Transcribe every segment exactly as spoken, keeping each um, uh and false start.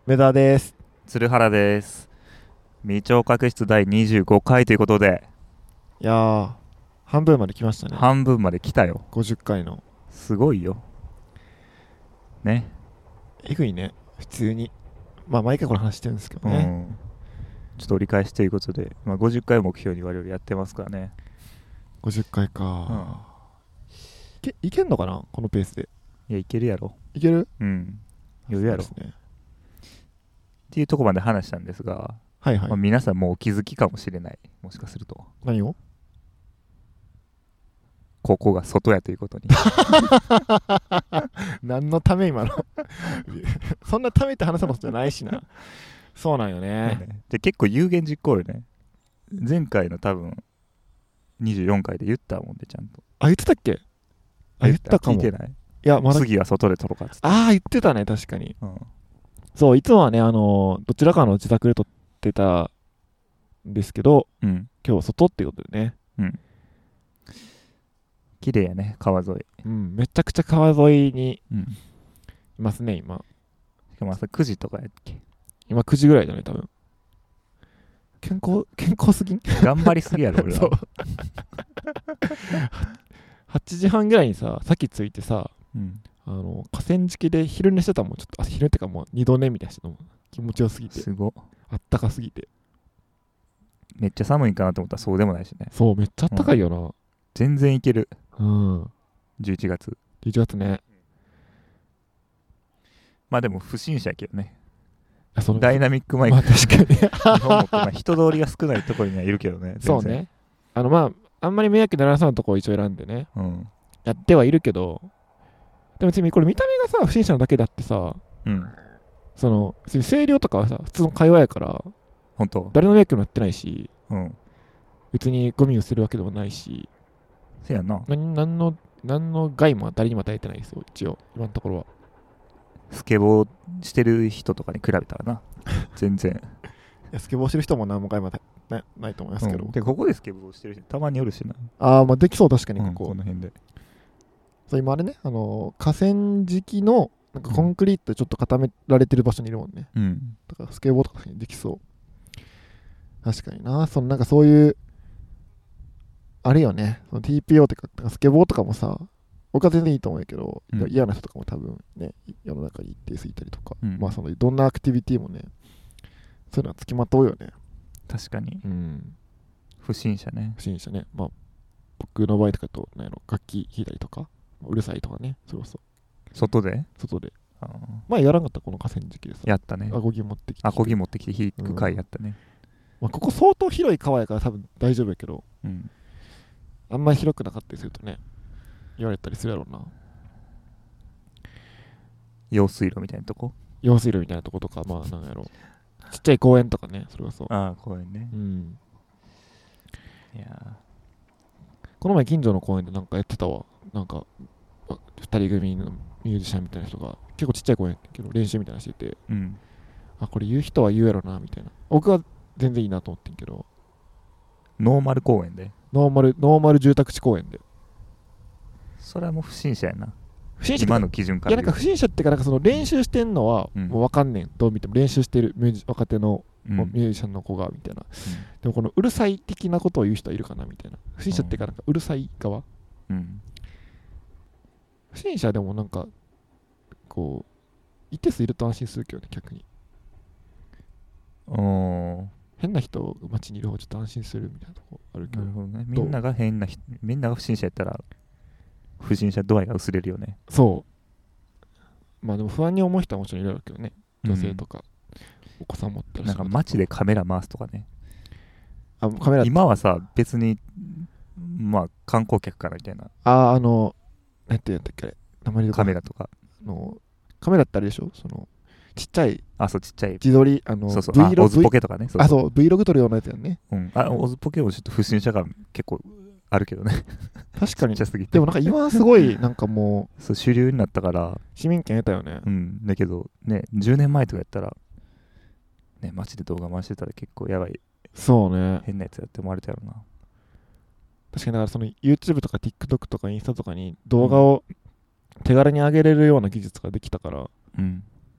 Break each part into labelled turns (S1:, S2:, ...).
S1: 梅田です。
S2: 鶴原です。未聴覚室だいにじゅうごかいということで、
S1: いやー、半分まで来ましたね。
S2: 半分まで来たよ。
S1: ごじゅっかいの。
S2: すごいよ。ね。
S1: えぐいね、普通に。まあ、毎回この話してるんですけど
S2: う
S1: ね。
S2: ん。ちょっと折り返しということで、まあ、ごじゅっかいを目標に我々やってますからね。
S1: ごじゅっかいか、
S2: うん。
S1: いけ、いけんのかなこのペースで。
S2: いや、いけるやろ。
S1: いける？
S2: うん。余裕やろ。
S1: そうですね。
S2: っていうとこまで話したんですが、
S1: はいはい。
S2: まあ、皆さんもうお気づきかもしれない。もしかすると。
S1: 何を？
S2: ここが外やということに。
S1: 何のため今のそんなためって話すのじゃないしな。そうなんよね。
S2: ねで、結構有言実行よね。前回の多分、にじゅうよんかいで言ったもんで、ちゃんと。
S1: あ、言ってたっけ？あ、言ったかも。い
S2: 聞いてない？
S1: や、まだ。
S2: 次は外で撮ろうかっつって。
S1: ああ、言ってたね、確かに。
S2: うん。
S1: そう、いつもはね、あのーどちらかの自宅で撮ってたんですけど、
S2: うん。
S1: 今日は外っていうことでね。
S2: うん。綺麗やね、川沿い。
S1: うん、めちゃくちゃ川沿いに
S2: うん。
S1: いますね、今。
S2: しかも朝くじとかやっけ。
S1: 今くじぐらいだね、多分。健康、健康すぎん
S2: 頑張りすぎやろ、俺は。
S1: そう。はちじはんぐらいにさ、先着いてさ、
S2: うん。
S1: あの、河川敷で昼寝してたもん。ちょっと、あ、昼寝ってかもう二度寝みたいなしてたもん。気持ちよすぎて。
S2: すご。
S1: あったかすぎて。
S2: めっちゃ寒いかなと思ったらそうでもないしね。
S1: そう、めっちゃあったかいよな。
S2: 全然いける。
S1: うん。
S2: じゅういちがつ。
S1: じゅういちがつね。
S2: まあでも不審者やけどね。
S1: あその
S2: ダイナミックマイク。
S1: まあ確かに。
S2: 日本もまあ人通りが少ないところにはいるけどね。全然
S1: そうね。あの、まあ、あんまり迷惑にならそうなとこを一応選んでね。
S2: うん。
S1: やってはいるけど、でも別にこれ見た目がさ、不審者なだけだってさ、
S2: うん。
S1: その、別に声量とかはさ、普通の会話やから、
S2: ほんと。
S1: 誰の迷惑にもなってないし、
S2: うん。
S1: 別にゴミを捨てるわけでもないし、
S2: せやな。
S1: 何何の、何の害も誰にも与えてないですよ、一応、今のところは。
S2: スケボーしてる人とかに比べたらな。全然。
S1: いやスケボーしてる人も何も害もないないと思いますけど。
S2: うん、で、ここでスケボーしてる人たまにおるしな。
S1: ああ、まあできそう、確かに
S2: うん、
S1: ここ。
S2: この辺で。
S1: そう今あれね、あのー河川敷のなんかコンクリートでちょっと固められてる場所にいるもんね。
S2: うん。
S1: だからスケボーとかできそう。確かにな、そのなんかそういう、あれよね、その ティーピーオー とか、スケボーとかもさ、僕は全然いいと思うけど、
S2: うん、
S1: 嫌な人とかも多分ね、世の中に一定数いたりとか、
S2: うん、
S1: まあそのどんなアクティビティもね、そういうのはつきまとうよね。
S2: 確かに。
S1: うん。
S2: 不審者ね。
S1: 不審者ね。まあ僕の場合とかと、なんやろ、楽器弾いたりとか、うるさいとかね、そうそう。
S2: 外で
S1: 外で。
S2: あ
S1: まあやらんかった、この河川敷でさ。
S2: やったね。
S1: アコギ持ってきて。
S2: アコギ持ってきて弾く回やったね。
S1: まあ、ここ相当広い川やから多分大丈夫やけど、
S2: うん。
S1: あんまり広くなかったりするとね、言われたりするやろうな。
S2: 用水路みたいなとこ。
S1: 用水路みたいなとことか、まあなんやろう。ちっちゃい公園とかね、それこそ。
S2: ああ、公園ね
S1: う。ん。
S2: いや
S1: この前近所の公園でなんかやってたわ。なんか、二人組のミュージシャンみたいな人が、結構ちっちゃい公園やけど練習みたいなのしてて、
S2: ー。うん。
S1: あ、これ言う人は言うやろな、みたいな。僕は全然いいなと思ってんけど、
S2: ノーマル公園で。
S1: ノーマル、ノーマル住宅地公園で。
S2: それはもう不審者やな。
S1: 不審者って
S2: 今の基準か
S1: いや
S2: ら言うと。
S1: なんか不審者っていうかなんかその練習してんのは
S2: うん
S1: もう分かんねん、どう見ても練習してるミュージ若手の
S2: うん
S1: ミュージシャンの子がみたいな、でもこのうるさい的なことを言う人はいるかなみたいな。不審者っていうかなんかうるさい側、
S2: うんうん
S1: 不審者でもなんかこう一定数いると安心するけどね、逆に
S2: おー、
S1: 変な人が街にいる方がちょっと安心するみたいなとこあるけど。
S2: なるほどね。みんなが変な人、みんなが不審者やったら不審者度合いが薄れるよね。
S1: そうまあでも不安に思う人はもちろんいるだろうけどね、女性とか、お子さん持ってらっしゃる方
S2: なんか街でカメラ回すとかね。
S1: あカメラ
S2: 今はさ、別にまあ観光客からみたいな
S1: ああのなんていうんだっけあれ名前で
S2: カメラとか。
S1: のカメラってあれでしょ、そのちっちゃい
S2: あ、そう、ちっちゃい。
S1: 自撮り、あの
S2: そうそう、あ
S1: Vlog
S2: オズポケとかね。そうそう
S1: あそう Vlog 撮るようなやつやんね。
S2: うん、あ、オズポケもちょっと不審者が結構あるけどね。
S1: 確かに
S2: ちっちゃすぎて。
S1: でもなんか今すごいなんかもう
S2: そう主流になったから、
S1: 市民権得たよね。
S2: うん、だけどね、じゅうねんまえとかやったら、ね、街で動画回してたら結構やばい、
S1: そうね。
S2: 変なやつやって思われたやろな。
S1: 確かにだからその YouTube とか TikTok とかインスタとかに動画を手軽に上げれるような技術ができたから、
S2: うん。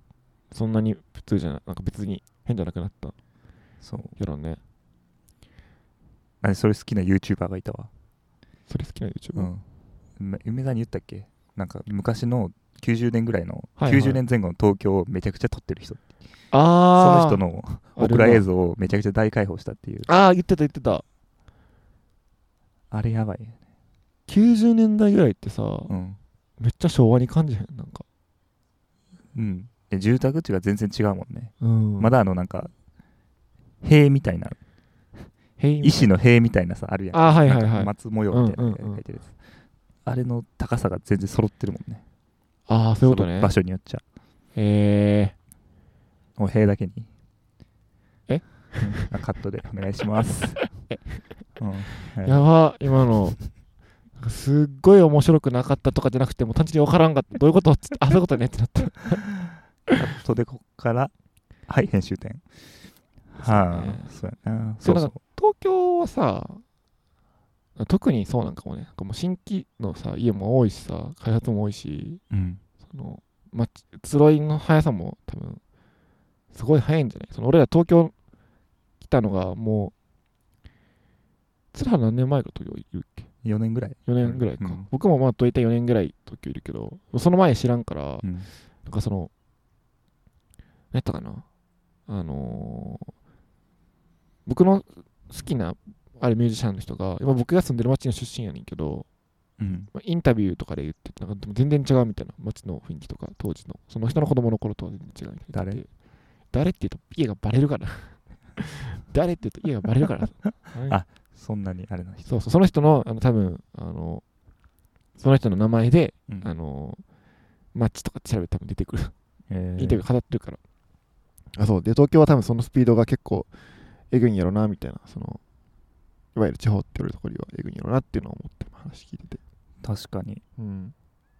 S1: そんなに普通じゃない、なんか別に変じゃなくなった
S2: そう
S1: やろね。
S2: あれそれ好きな YouTuber がいたわ。
S1: それ好きな YouTuber、
S2: うんめ梅田に言ったっけ、なんか昔のきゅうじゅうねんぐらいの、
S1: はいはい
S2: きゅうじゅうねんぜん後の東京をめちゃくちゃ撮ってる人、そ
S1: ああ
S2: の人のオクラ映像をめちゃくちゃ大解放したっていう。
S1: ああ言ってた言ってた。
S2: あれやばいね。
S1: きゅうじゅうねんだいぐらいってさ、
S2: うん
S1: めっちゃ昭和に感じへんなんか。
S2: うんで住宅地が全然違うもんね、
S1: うん
S2: まだあのなんか塀みたいな
S1: へい
S2: 石の塀みたいなさあるやん。
S1: あーはいはいはい
S2: なんか松模様みたいなの
S1: うんうんうん
S2: 書いてるやつ、あれの高さが全然揃ってるもんね。
S1: ああそういうことね。
S2: その場所によっちゃ
S1: へえ
S2: もう塀だけに
S1: え
S2: あカットでお願いしますうんはい
S1: やば今のなんかすっごい面白くなかったとかじゃなくてもう単純に分からんかったどういうことっつってあそういうことねってなった。
S2: カットでこっからはい編集点はあそうやな
S1: そ
S2: そううそう
S1: 東京はさ特にそうなんかもねなんかもう新規のさ家も多いしさ開発も多いし
S2: うん
S1: そのま移ろいの速さも多分すごい速いんじゃない。その俺ら東京来たのがもうつら何年前か東京いるっけ。
S2: よねんぐらい
S1: よねんぐらいか、
S2: うん
S1: 僕もまあ大体よねんぐらい東京いるけどその前知らんから、
S2: うん
S1: なんかその何やったかなあのー僕の好きなあるミュージシャンの人が今僕が住んでる町の出身やねんけど、
S2: うん
S1: まあインタビューとかで言っててなんかでも全然違うみたいな街の雰囲気とか当時のその人の子供の頃とは全然違うみたいな言ってて。誰って言うと家がバレるから誰って言うと家がバレるから
S2: あそんなにあれな人
S1: そうそうその人のあの多分あのその人の名前で、
S2: うん
S1: あの街とか調べて多分出てくる
S2: えー
S1: インタビュー語ってるからあそうで東京は多分そのスピードが結構えぐいんやろなみたいなそのいわゆる地方って言われるところはえぐいんやろなっていうのを思って話聞いてて
S2: 確かに
S1: うん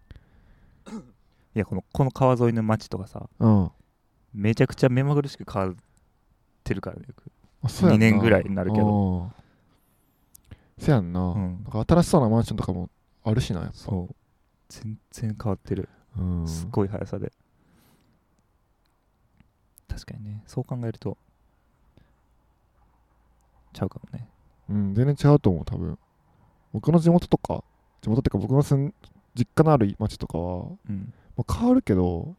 S2: いやこのこの川沿いの街とかさ
S1: うん
S2: めちゃくちゃ目まぐるしく変わってるからねよく
S1: あそうやんな
S2: にねんぐらいになるけど
S1: あーそうやんな、
S2: うん
S1: なんか新しそうなマンションとかもあるしなやっぱ
S2: そう全然変わってる
S1: うん
S2: すっごい速さで確かにねそう考えるとちゃうかもね
S1: うん、全然違うと思う、多分。僕の地元とか、地元ってか僕の住ん実家のある町とかは、
S2: うん
S1: まあ、変わるけど、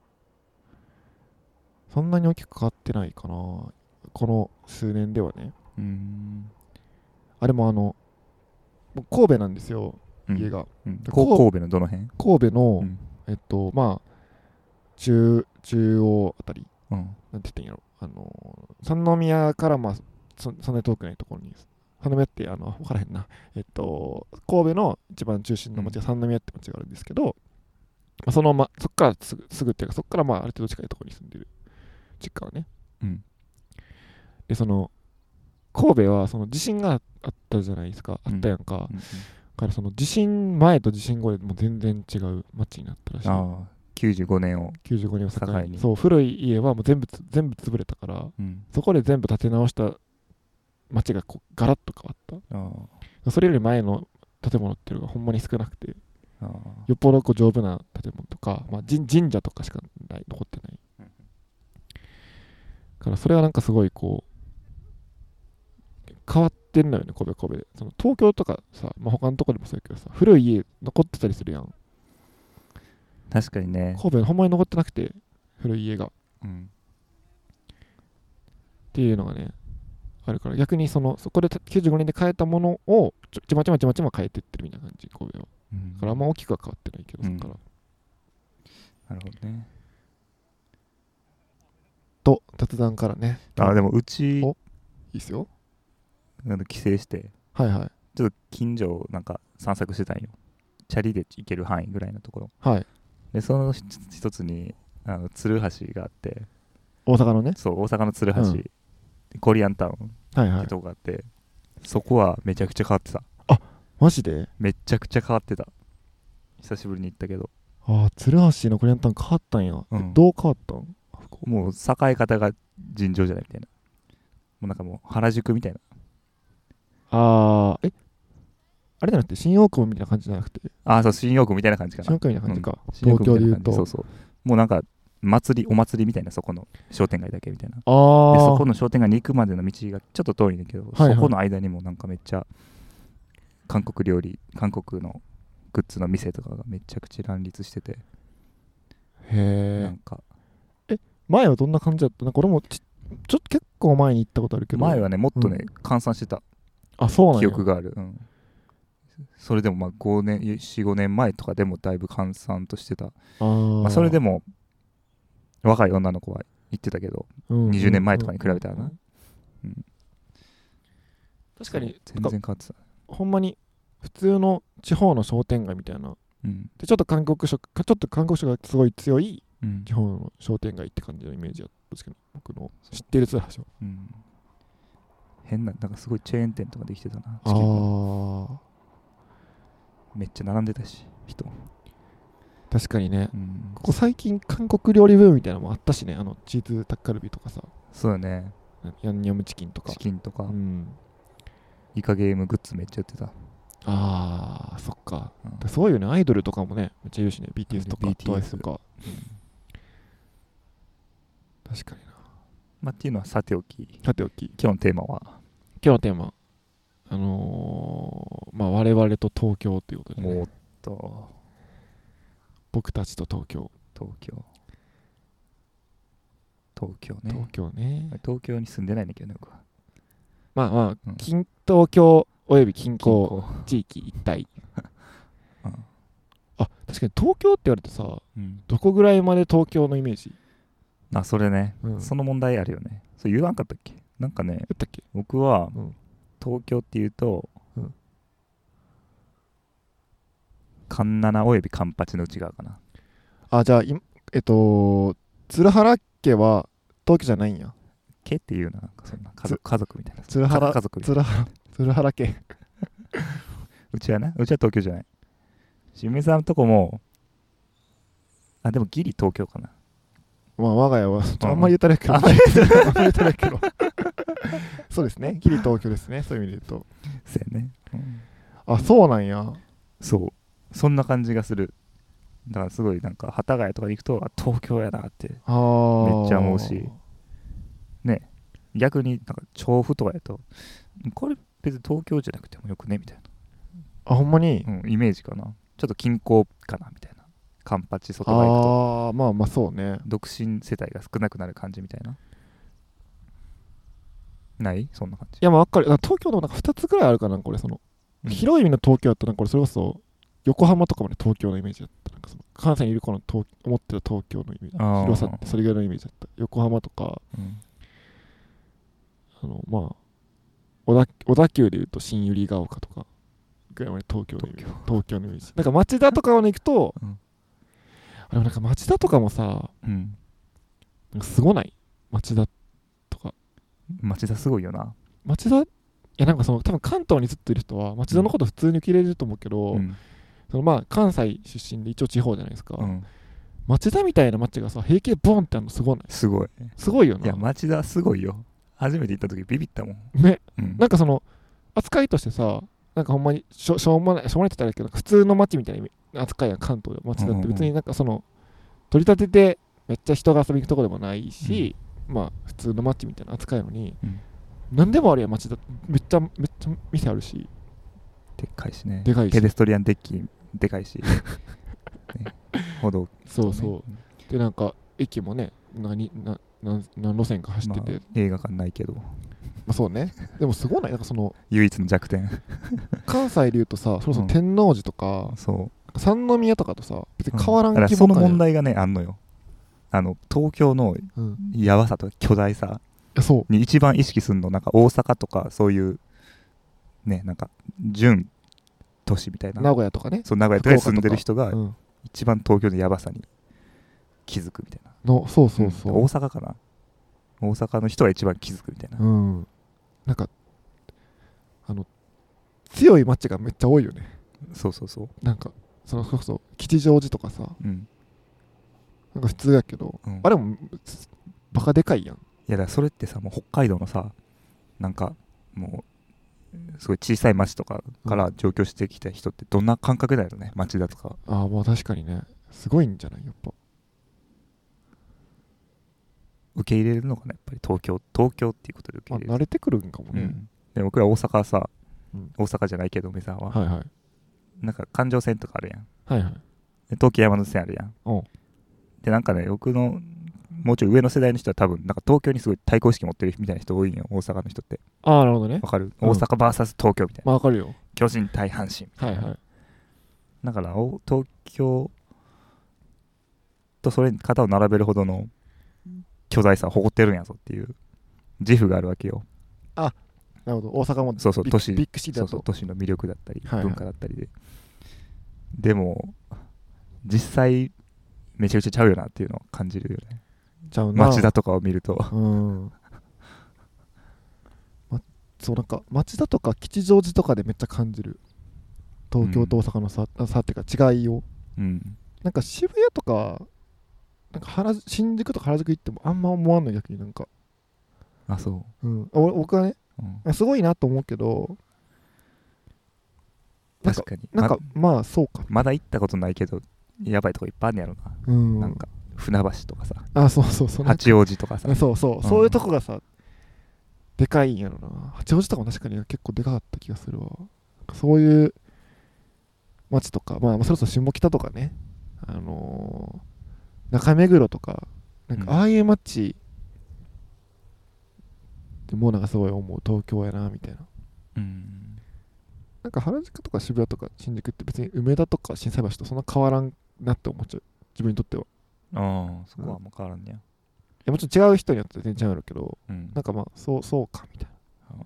S1: そんなに大きく変わってないかな。この数年ではね。
S2: うーん
S1: あれもあの、僕神戸なんですよ、
S2: うん
S1: 家が。
S2: うん
S1: で
S2: こう神戸のどの辺
S1: 神戸の、
S2: うん
S1: えっと、まあ、中、中央あたり、
S2: うん
S1: なんて言ってんやろ。あの、三宮からまあ、そそんなに遠くないところに、三宮ってあの分からへんな、えっと、神戸の一番中心の町が三宮って町があるんですけど、まあ、その、ま、そこからすぐすぐっていうか、そこからまあある程度近いところに住んでる実家はね。
S2: うん
S1: で、その、神戸はその地震があったじゃないですか、あったやんか。
S2: うんうん
S1: だからその地震前と地震後でもう全然違う町になったらしい。
S2: ああきゅうじゅうごねんを
S1: きゅうじゅうごねんを境
S2: 境に
S1: に。そう、古い家はもう全部つ全部潰れたから、
S2: うん
S1: そこで全部建て直した町がこうガラッと変わっ
S2: あ
S1: た。それより前の建物っていうのがほんまに少なくて、
S2: あああ
S1: よっぽどこう丈夫な建物とか、まあ、神神社とかしかない残ってない。
S2: うん
S1: だからそれはなんかすごいこう、変わってんのよね、神戸神戸で。その東京とかさ、まあ、他のとこでもそうやけどさ、古い家残ってたりするやん。
S2: 確かにね
S1: 神戸ほんまに残ってなくて、古い家が。っ
S2: うん
S1: ていうのがね、あるから、逆にその、そこできゅうじゅうごねんで変えたものを、ちょちまちまちまちま変えてってるみたいな感じ、神戸は。
S2: うん
S1: だからあんま大きくは変わってないけど、
S2: うん
S1: そっから。
S2: なるほどね
S1: と、雑談からね。
S2: あでもうち
S1: おいいっすよ。
S2: なんか帰省して
S1: はいはい。
S2: ちょっと近所をなんか散策してたんよチャリで行ける範囲ぐらいのところ
S1: はい。
S2: でその一一つにあの鶴橋があって
S1: 大阪のね。
S2: そう大阪の鶴橋、
S1: うん
S2: コリアンタウンって
S1: はいはい。
S2: とこがあって、そこはめちゃくちゃ変わってた
S1: マジで
S2: めちゃくちゃ変わってた久しぶりに行ったけど
S1: ああ、鶴橋のコリアンタウン変わったんや。
S2: うん
S1: えどう変わったんあそこ
S2: もう栄え方が尋常じゃないみたいなもうなんかもう原宿みたいな
S1: ああ、えあれじゃなくて、新大久保みたいな感じじゃなくて、
S2: ああそう新大久保みたいな感じかな
S1: 新大久保みたいな感じか。
S2: うん新大
S1: 東京で言うと。
S2: 久保みたいな感じそうそうもうなんか祭りお祭りみたいな、そこの商店街だけみたいな。で
S1: あ
S2: そ
S1: あ
S2: この商店街に行くまでの道がちょっと遠いんだけど、
S1: はいはい
S2: そこの間にもなんかめっちゃ韓国料理韓国のグッズの店とかがめちゃくちゃ乱立してて、
S1: へえ
S2: なんか
S1: 前はどんな感じだった？なんか俺もちちょっと結構前に行ったことあるけど、
S2: 前はねもっとね、
S1: うん
S2: 換算してた
S1: あそうなんや
S2: 記憶がある、うん、それでもまあごねんよん、ごねんまえとかでもだいぶ換算としてた。
S1: あー、
S2: まあ、それでも若い女の子は言ってたけど、
S1: うん
S2: にじゅうねんまえとかに比べたらな、
S1: うん
S2: うん
S1: 確かに
S2: 全然変わってた、
S1: ほんまに普通の地方の商店街みたいな
S2: うん
S1: でちょっと韓国色かちょっと韓国色がすごい強い
S2: うん
S1: 地方の商店街って感じのイメージだったんですけど、僕の知ってるツアーでしょ。
S2: うん、変ななんかすごいチェーン店とかできてたな、
S1: あ
S2: チキンの
S1: あ
S2: めっちゃ並んでたし人、
S1: 確かにね、
S2: うん、
S1: ここ最近韓国料理ブームみたいなのもあったしね、あのチーズタッカルビとかさ、
S2: そうだね、
S1: ヤンニョムチキンとか
S2: チキンとか、
S1: うん
S2: イカゲームグッズめっちゃ売ってた、
S1: あーそっか、
S2: うん
S1: すごいよね、アイドルとかもねめっちゃいるしね、 ビーティーエス とか
S2: ビーティーエス
S1: トワイス とか、確かにな。
S2: まあ、っていうのはさておき、
S1: さておき
S2: 今日のテーマは
S1: 今日のテーマあのー、まあ我々と東京ということで、ね、
S2: もっと
S1: 僕たちと東京
S2: 東京東京ね
S1: 東京ね
S2: 東京に住んでないんだけどね僕は。
S1: まあまあ、
S2: うん
S1: 近東京および近
S2: 近
S1: 郊
S2: 郊
S1: 地域一帯
S2: うん
S1: あ確かに東京って言われてさ、
S2: うん、
S1: どこぐらいまで東京のイメージ
S2: あそれね、
S1: うん
S2: その問題あるよね。そう言わんかったっけ。なんかね
S1: 言ったっけ？
S2: 僕は、
S1: うん
S2: 東京っていうと、
S1: うん
S2: カンナナおよびカンパチの内側かな。
S1: あじゃあいえっと鶴原家は東京じゃないんや。
S2: 家っていうな、なんかそんな家族家族みたいな。
S1: 鶴原
S2: 家族みたいな。
S1: 鶴原鶴原家
S2: うちはね、うちは東京じゃない。しめさんのとこも、あ、でもギリ東京かな。
S1: まあ我が家は
S2: うん
S1: あんまり言ったらいいけど、
S2: あんまり
S1: あんまり言ったらいいけどそうですね、ギリ東京ですね、そういう意味で言うと。
S2: そうやね、うん
S1: あそうなんや。
S2: そう。そんな感じがする。だからすごいなんか、幡ヶ谷とかに行くと、あ、東京やなって。
S1: あー
S2: めっちゃ思うしね、逆になんか調布とかやと、これ別に東京じゃなくてもよくねみたい
S1: あほんまに、
S2: な、うん、イメージかな。ちょっと近郊かなみたいな。カンパチ外側行くと
S1: ああまあまあそうね。
S2: 独身世帯が少なくなる感じみたいな。ないそんな感じ。
S1: いやまあ分かる。東京のなんかふたつぐらいあるかな、これその、
S2: うん
S1: 広い意味の東京だったらこれそれこそ横浜とかまで東京のイメージだった。なんかその関西にいる子の東思ってた東京のイメージ、
S2: あー
S1: 広さってそれぐらいのイメージだった。横浜とか
S2: うん
S1: あのまあ小田小田急でいうと新百合ヶ丘とかぐらいまで東京のイメージ。
S2: 東
S1: 東京のイメージ。なんか町田とかまで行くと、
S2: うん
S1: あでもなんか町田とかもさ、
S2: うん、
S1: なんかすごない町田とか。
S2: 町田すごいよな。
S1: 町田いやなんかその多分関東にずっといる人は町田のこと普通に受け入れると思うけど、
S2: うん
S1: そのまあ関西出身で一応地方じゃないですか、
S2: うん、
S1: 町田みたいな町がさ平気でボンってあるのすごない？
S2: すごい。
S1: すごいよな。
S2: いや町田すごいよ。初めて行った時ビビったもん。
S1: ね、
S2: うん、
S1: なんかその扱いとしてさ、なんかほんまにしょしょうもないしょうもないって言ったらあれだけど、普通の町みたいな扱いやん関東で町田って別になんかその取り立ててめっちゃ人が遊びに行くとこでもないし、まあ普通の町みたいな扱いなのに、
S2: うん
S1: 何でもあるやん町田。めっちゃめっちゃ店あるし
S2: でっかいしね。
S1: でかいし
S2: ペデストリアンデッキでかいし、ね、歩道、
S1: そうそう、でなんか駅もね何なな何路線か走ってて、
S2: まあ、映画館ないけど
S1: まあ、そうね。でもすごいないなんかその
S2: 唯一の弱点
S1: 関西で言うとさ、そろそろ天王寺とか、
S2: そう
S1: 三宮とかとさ別に変わらん
S2: だから
S1: 規模感やん。
S2: その問題がねあんのよ。あの東京の
S1: うん、
S2: やばさと巨大さ
S1: いやそう
S2: に一番意識するのなんか大阪とかそういうねなんか準都市みたいな、
S1: 名古屋とかね、
S2: そう名古屋とかに住んでる人が
S1: うん、
S2: 一番東京のやばさに気づくみたいな。
S1: のそうそうそう、
S2: ん大阪かな、大阪の人が一番気づくみたいな、
S1: うん、なんかあの強い街がめっちゃ多いよね。
S2: そうそうそう、
S1: なんかそのそれこそ吉祥寺とかさ、
S2: うん
S1: なんか普通やけど、
S2: うん、
S1: あれもバカでかいやん。
S2: いやだからそれってさもう北海道のさなんかもうすごい小さい町とかから上京してきた人ってどんな感覚だよね町だとか。
S1: ああまあ確かにね、すごいんじゃないやっぱ。
S2: 受け入れるのかな、やっぱり東京東京っていうことで受け
S1: まあ、
S2: 入れる、
S1: 慣れてくるんかもね、
S2: うん、で僕ら大阪はさ、
S1: うん
S2: 大阪じゃないけど梅沢は、
S1: はいはい
S2: なんか環状線とかあるやん、
S1: はいはい
S2: で東京山手線あるやん、
S1: おう
S2: でなんかね僕のもうちょい上の世代の人は多分なんか東京にすごい対抗意識持ってるみたいな人多いんよ、大阪の人って。
S1: ああなるほどね
S2: わかる、
S1: うん
S2: 大阪 ブイエス 東京みたいな、
S1: まあわかるよ
S2: 巨人対阪神みたな、
S1: はいいはい
S2: だからお東京とそれに肩を並べるほどの巨大さを誇ってるんやぞっていう自負があるわけよ。
S1: なるほど大阪もビッ
S2: そうそう都市
S1: ビッグシティだと
S2: そうそう都市の魅力だったり、
S1: はいはい
S2: 文化だったりで、でも実際めちゃくちゃちゃうよなっていうのを感じるよね、
S1: ちゃうな
S2: 街だとかを見ると。
S1: うんま、そうなんか町田とか吉祥寺とかでめっちゃ感じる東京と大阪の差、うん、差っていうか違いを、
S2: うん、
S1: なんか渋谷とかなんか原宿新宿とか原宿行ってもあんま思わんの逆になんか、
S2: あそ
S1: うん、お僕はね
S2: う、うん、
S1: すごいなと思うけどなんか
S2: 確かに
S1: なんか
S2: ま、
S1: まあそうか
S2: まだ行ったことないけどやばいとこいっぱいあるんやろな、
S1: うん
S2: なんか船橋とかさ、
S1: あそうそうそうなんか
S2: 八王子とかさ、
S1: そうそう、
S2: ん
S1: そういうとこがさでかいんやろな。八王子とかも確かに結構でかかった気がするわ。そういう街とかまあそれこそ下北とかね、あのー、中目黒とかなんかああいう街ってもうなんかすごい思う東京やなみたいな。
S2: うん
S1: なんか原宿とか渋谷とか新宿って別に梅田とか心斎橋とそんな変わらんなって思っちゃう自分にとっては。
S2: ああそこはあんま変わらんねや、
S1: いやもちろん違う人によって全然違うけど、
S2: うん
S1: なんかまあそうそうかみたいな。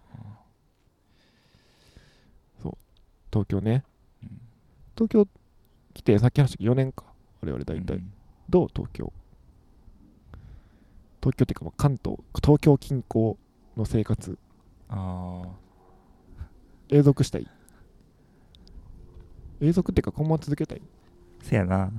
S1: そう東京ね、
S2: うん
S1: 東京来てさっき話したけどよねんか我々大体、
S2: うん
S1: どう東京東京っていうかまあ関東東京近郊の生活
S2: ああ
S1: 永続したい永続っていうか今後続けたい
S2: せやな、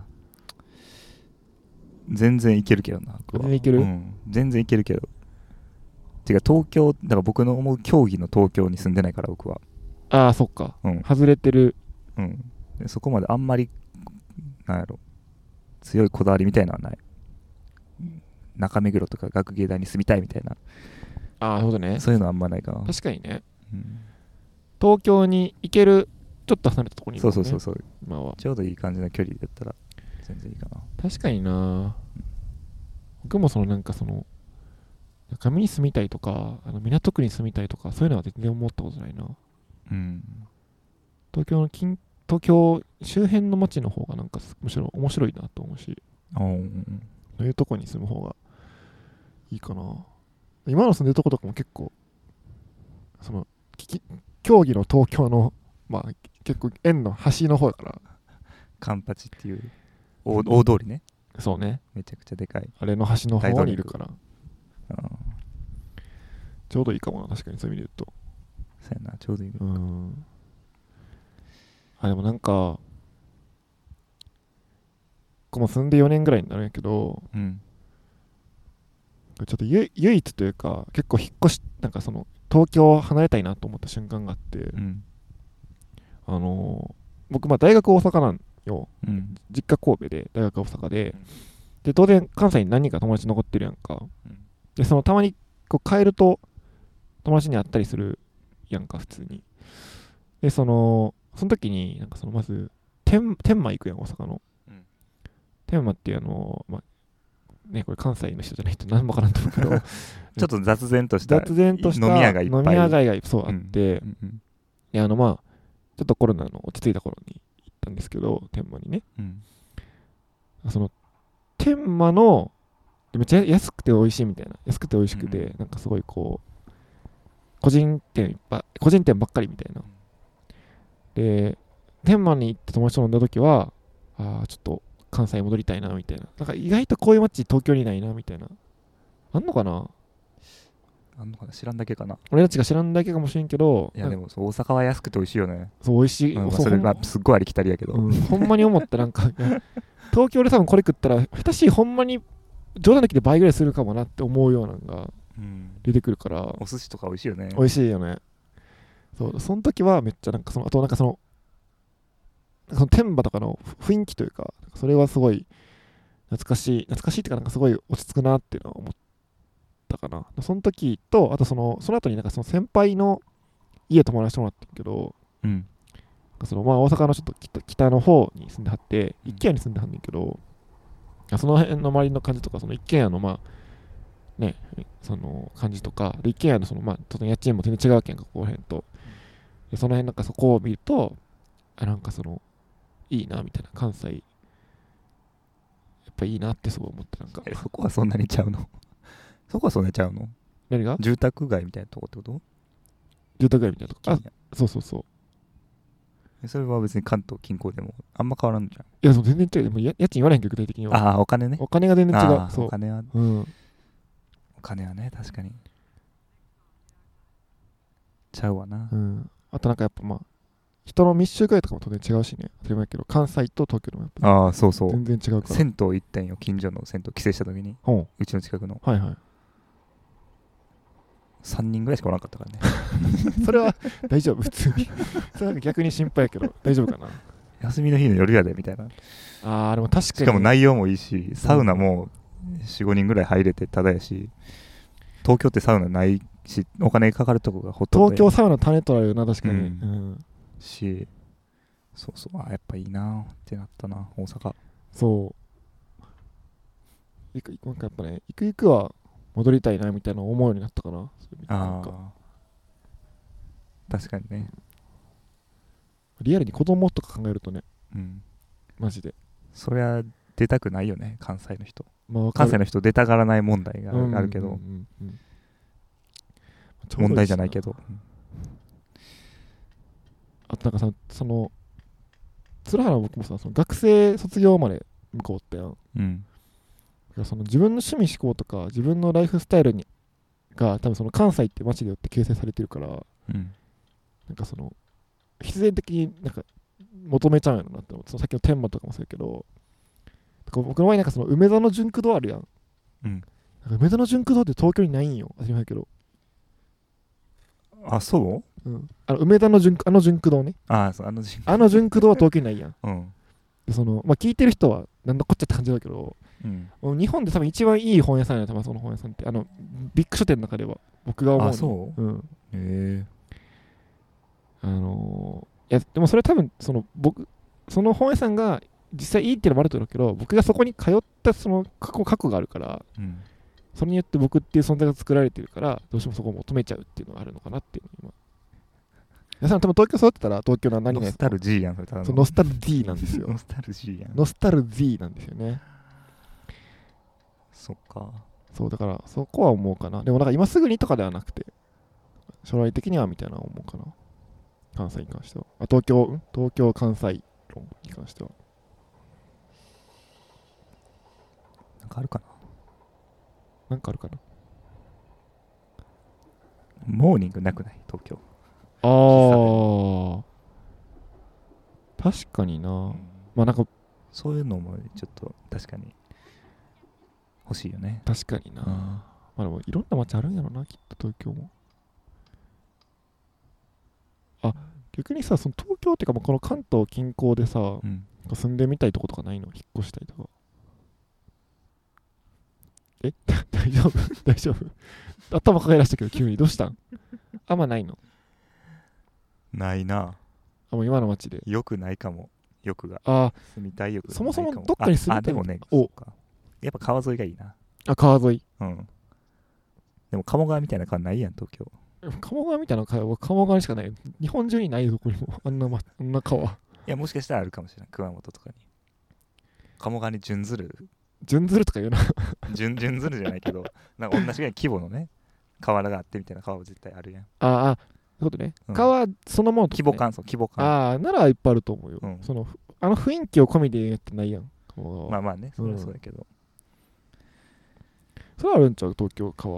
S2: 全然いけるけどな僕は
S1: 全然いける
S2: うん、全然いけるけど、てか東京だから僕の思う競技の東京に住んでないから僕は、
S1: ああそっか、
S2: うん
S1: 外れてる
S2: うんでそこまであんまりなんやろ強いこだわりみたいなのはない、中目黒とか学芸大に住みたいみたいな、
S1: ああそうだね
S2: そういうのはあんまないかな、
S1: 確かにね
S2: うん、
S1: 東京に行けるちょっと離れたところにいるもんね
S2: そうそうそうそう
S1: 今は
S2: ちょうどいい感じの距離だったら全然いいかな。
S1: 確かにな僕もそのなんかその中身に住みたいとかあの港区に住みたいとかそういうのは全然思ったことないな
S2: うん
S1: 東京の近東京周辺の街の方がなんかむしろ面白いなと思うし
S2: おー
S1: そういうとこに住む方がいいかな今の住んでるとことかも結構そのきき競技の東京のまあ結構円の端の方だから
S2: カンパチっていう大大通りね、
S1: そうね
S2: めちゃくちゃでかい、
S1: あれの端の方にいるから
S2: うん
S1: ちょうどいいかもな確かにそういう意味で言うと
S2: そうやなちょうどいい、
S1: うんあでもなんかここも住んでよねんぐらいになるんやけど
S2: うん
S1: ちょっとゆ唯一というか結構引っ越しなんかその東京を離れたいなと思った瞬間があって、
S2: うん
S1: あのー僕まあ大学大阪なんよ
S2: うん
S1: 実家神戸で大学大阪でで当然関西に何人か友達残ってるやんか
S2: うん
S1: でそのたまにこう帰ると友達に会ったりするやんか普通にでそのその時になんかそのまず天天満行くやん大阪の、
S2: うん
S1: 天満っていうあのーまあねこれ関西の人じゃないと何もわからんと思うけど
S2: ちょっと雑然とした
S1: 雑然とした
S2: 飲み屋がいっぱい
S1: 飲み屋街がそうあって、
S2: うんうん
S1: いやあのまあちょっとコロナの落ち着いた頃に行ったんですけど天満にね
S2: うん
S1: その天満のめっちゃ安くて美味しいみたいな安くて美味しくて、
S2: うん
S1: なんかすごいこう個人店いっぱい個人店ばっかりみたいなで天満に行って友達と飲んだ時はああちょっと関西に戻りたいなみたいななんか意外とこういう街東京にないなみたいなあんのかな
S2: あんのかな知らんだけかな。
S1: 俺たちが知らんだけかもしれんけど
S2: いやでもそう大阪は安くて美味しいよね。
S1: そう美味しい、
S2: うんまあ
S1: そう
S2: それがすっごいありきたりやけど、
S1: うん、ほんまに思ったなんかいや東京で多分これ食ったら下手しいほんまに冗談抜きで倍ぐらいするかもなって思うようなのが
S2: うん
S1: 出てくるから
S2: お寿司とか美味しいよね。
S1: 美味しいよねそうその時はめっちゃなんかそのあとなんかそのその天場とかの雰囲気というかそれはすごい懐かしい懐かしいっていうかなんかすごい落ち着くなっていうのは思っったかな。その時と、あとそのその後になんかその先輩の家泊まらせてもらってんけど、
S2: うん
S1: なんかそのまあ大阪のちょっと北北の方に住んではって、
S2: うん
S1: 一軒家に住んではんねんけど、その辺の周りの感じとか、その一軒家のまあね、その感じとか、で一軒家のそのまあちょっと家賃も全然違うけんか、ここら辺と。でその辺なんかそこを見ると、あ、なんかそのいいなみたいな、関西やっぱいいなってすごい思って、なんか
S2: えそこはそんなにちゃうのそこはそんなにちゃうの
S1: 何が
S2: 住宅街みたいなとこってこと
S1: 住宅街みたいなとこ、あ、
S2: い
S1: そうそうそう。
S2: やそれは別に関東近郊でもあんま変わらんじゃん。
S1: いや、そう全然違う。でもや家賃言われへんけど、具体的には。
S2: ああ、お金ね。
S1: お金が全然違う。
S2: ああ、
S1: そう。
S2: お金は、
S1: うん。
S2: お金はね、確かに。ちゃうわな。
S1: うん。あとなんかやっぱまあ、人の密集具合とかも当然違うしね。当たり前やけど、関西と東京でもやっぱ
S2: ああ、そうそう。
S1: 全然違うから。
S2: 銭湯行ったんよ、近所の銭湯、帰省した時に。
S1: ほ
S2: うちの近くの。
S1: う。はいはい。
S2: さんにんぐらいしかおらなかったからね。
S1: それは大丈夫、普通に。それなんか逆に心配やけど、大丈夫かな。
S2: 休みの日の夜やで、みたいな。
S1: あー、でも確かに。
S2: しかも内容もいいし、サウナもよん、ごにんぐらい入れてただやし、東京ってサウナないし、お金かかるとこがほとんどや
S1: 東京サウナ種取られるな、確かに。
S2: う
S1: うんん。
S2: し、そうそう、あ、やっぱいいなってなったな、大阪。
S1: そう。行く、なんかやっぱね、行く行くは戻りたいなみたいな思うようになったかな。そういう意味でなんか
S2: ああ、確かにね。
S1: リアルに子供とか考えるとね、
S2: うん。
S1: マジで。
S2: そりゃ出たくないよね、関西の人。
S1: まあ、わかる
S2: 関西の人出たがらない問題があるあるけど、
S1: うんうんうんうん
S2: 問題じゃないけど。
S1: あとなんかさ、その、鶴原僕もさ、その学生卒業まで向こうおったやん。だ
S2: うん。
S1: からその自分の趣味思考とか、自分のライフスタイルにが、多分その関西って街でよって形成されてるから、
S2: うん。
S1: なんかその、必然的になんか求めちゃうんやろなって思って、そのさっきの天満とかもそうやけど、だから僕の場合なんかその梅田の純駆動あるやん。
S2: うん。
S1: なんか梅田の純駆動って東京にないんよ。当たり前やけど。
S2: あ、そう
S1: うん。あの梅田の純、あの純駆動ね。
S2: ああ、そう、あの人
S1: あの純駆動は東京にないやん。
S2: うん。
S1: でそのまあ、聞いてる人はなんだこっちゃって感じだけど、
S2: うん。
S1: もう日本で多分一番いい本屋さんやな、多分その本屋さんって。あの、ビッグ書店の中では、僕が思うに。
S2: あ、そう
S1: うん。
S2: へえ。
S1: あのー、いや、でもそれ多分、その、僕、その本屋さんが実際いいっていうのもあると思うけど、僕がそこに通ったその過去、過去があるから、
S2: うん。
S1: それによって僕っていう存在が作られてるから、どうしてもそこを求めちゃうっていうのがあるのかなっていうのを今。皆さん多分東京育ってたら、東京の何々
S2: ノスタルジーやん、それただの
S1: そうノスタル D なんですよ。
S2: ノスタルジーやん。
S1: ノスタル D なんですよね。
S2: そっか。
S1: そう、だからそこは思うかな。でもなんか今すぐにとかではなくて、将来的にはみたいな思うかな。関西に関しては。あ、東京、ん東京関西論に関しては。
S2: なんかあるかな。
S1: なんかあるかな。
S2: モーニングなくない東京。
S1: ああ。確かにな。
S2: うん
S1: まあなんか、
S2: そういうのもちょっと確かに欲しいよね。
S1: 確かにな。
S2: うん
S1: まあでもいろんな街あるんやろな、きっと東京も。あ、逆にさ、その東京っていうか、もうこの関東近郊でさ、
S2: うん。
S1: 住んでみたいとことかないの？引っ越したいとか。え大丈夫大丈夫頭抱え出したけど急にどうしたん？あんまないの？
S2: ないな。
S1: あ、もう今の街で。
S2: よくないかも。欲が。
S1: あ
S2: 住みたい欲が
S1: そもそも
S2: ないか
S1: どっかに住みたい
S2: ああ、でもね、
S1: お
S2: そうか。やっぱ川沿いがいいな。
S1: あ、川沿い。
S2: うん。でも鴨川みたいな川ないやん、東京。
S1: 鴨川みたいな川は鴨川にしかない。日本中にないよ、どこにも。あんな、ま、あんな川。
S2: いや、もしかしたらあるかもしれない。熊本とかに。鴨川に準ずる、
S1: 順ずるとか言うな。
S2: 準準ずるじゃないけど、なんか同じぐらい規模のね、河原があってみたいな川は絶対あるやん。
S1: ああ、そういうことね。
S2: うん
S1: 川そのものとかね、
S2: 規模感、そう、規模感。
S1: ああ、ならいっぱいあると思うよ。
S2: うん
S1: そのあの雰囲気を込みでやってないやん。鴨川
S2: まあまあね、それはそうだけど。
S1: それはあるんちゃう東京川。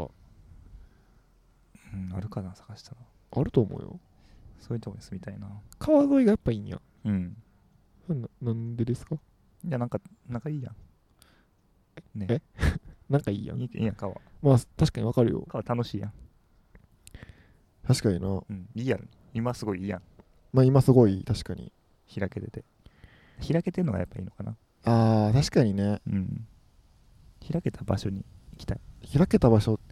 S2: うん、あるかな、探したら。
S1: あると思うよ。
S2: そういうとこに住みたいな。
S1: 川沿いがやっぱいいんや。
S2: うん。
S1: ななんでですか？
S2: いや、なんか、なんかいいやん。ね。
S1: えなんかいいやん。
S2: いいいいやん、川。
S1: まあ確かにわかるよ。
S2: 川楽しいやん。
S1: 確かにな。
S2: うん、いいやん。今すごいいいやん。
S1: まあ今すごい確かに。
S2: 開けてて。開けてるのがやっぱいいのかな。
S1: ああ、確かにね。
S2: うん。開けた場所に行きたい。
S1: 開けた場所。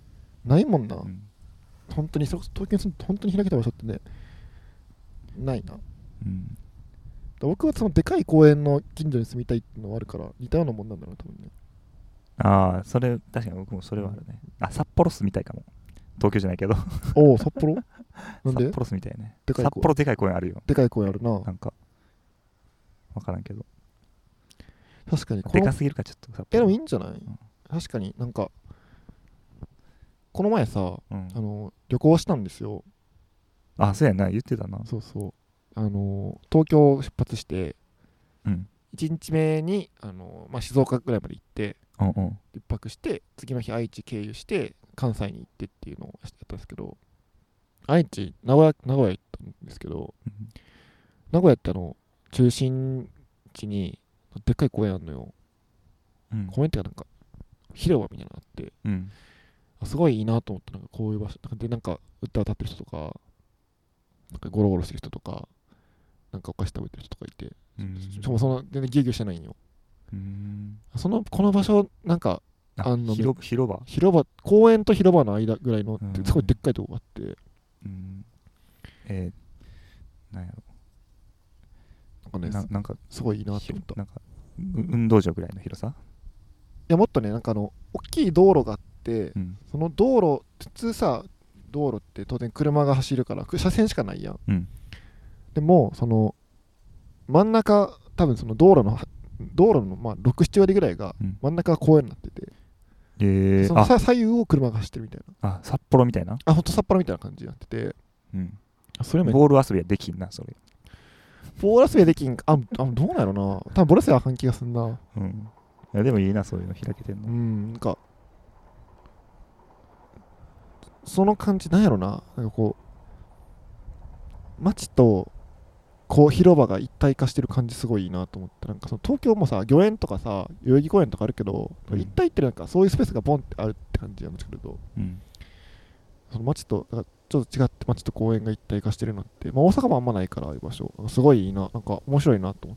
S1: ないもんな、
S2: うん、
S1: 本当にそれこそ東京に住んで本当に開けた場所ってねないな。
S2: うん、
S1: 僕はそのでかい公園の近所に住みたいっていうのはあるから似たようなもんなんだろうな多分ね。
S2: ああそれ確かに僕もそれはあるね。あ札幌住みたいかも。東京じゃないけど
S1: おお札幌なんで
S2: 札幌住みたいね。
S1: でかい公園
S2: 札幌でかい公園あるよ。
S1: でかい公園あるな。
S2: なんか分からんけど
S1: 確かにこの
S2: でかすぎるかちょっと札幌。
S1: えでもいいんじゃない、
S2: ん
S1: 確かになんかこの前さ
S2: うん、
S1: あの旅行したんですよ。
S2: あそうやな言ってたな。
S1: そうそうあの東京出発して
S2: うん
S1: いちにちめにあの、まあ、静岡ぐらいまで行って
S2: うんうん
S1: 一泊して次の日愛知経由して関西に行ってっていうのをやったんですけど、愛知名古屋名古屋行ったんですけど、名古屋ってあの中心地にでっかい公園あるのよ。
S2: うん
S1: 公園ってかなんか広場みたいなのがあって、
S2: うん
S1: あすごいいいなと思って、なんかこういう場所なんかでなんか歌歌ってる人とかなんかゴロゴロしてる人とかなんかお菓子食べてる人とかいて、
S2: うん
S1: しかもその全然ギュウギュウしてないんよ。
S2: うん
S1: そのこの場所なんか
S2: あ
S1: あの
S2: 広広場。
S1: 広場公園と広場の間ぐらいの
S2: うん
S1: すごいでっかいとこがあって、
S2: うんえー、なんやろ
S1: なんかね
S2: ななんか
S1: すごいいいなと思った。
S2: なんかう運動場ぐらいの広さ。
S1: いやもっとねなんかあの大きい道路があって、
S2: うん、
S1: その道路普通さ道路って当然車が走るから車線しかないやん。
S2: うん、
S1: でもその真ん中多分その道路の道路のまあろく、なな割ぐらいが
S2: うん
S1: 真ん中が公園になってて、
S2: えー、
S1: そのさ
S2: あ
S1: 左右を車が走ってるみたいな、
S2: あ札幌みたいな。
S1: あほんと札幌みたいな感じになってて、
S2: うん
S1: それも
S2: ボール遊びはできんなそれ。
S1: ボーラスウェイできんか、ああどうなんやろな、多分ボーラスウェイはあかん気がすんな。
S2: うんいやでもいいなそういうの開けてん
S1: う
S2: の。
S1: んなんかその感じなんやろな、なんかこう街とこう広場が一体化してる感じすごいいいなと思って、なんかその東京もさ御苑とかさ代々木公園とかあるけど、
S2: うん
S1: 一体ってなんかそういうスペースがボンってあるって感じやもんけど、
S2: うん
S1: その街となんかちょっと違って街と公園が一体化してるのって、まあ、大阪もあんまないからああいう場所すごいいいな、なんか面白いなと思った。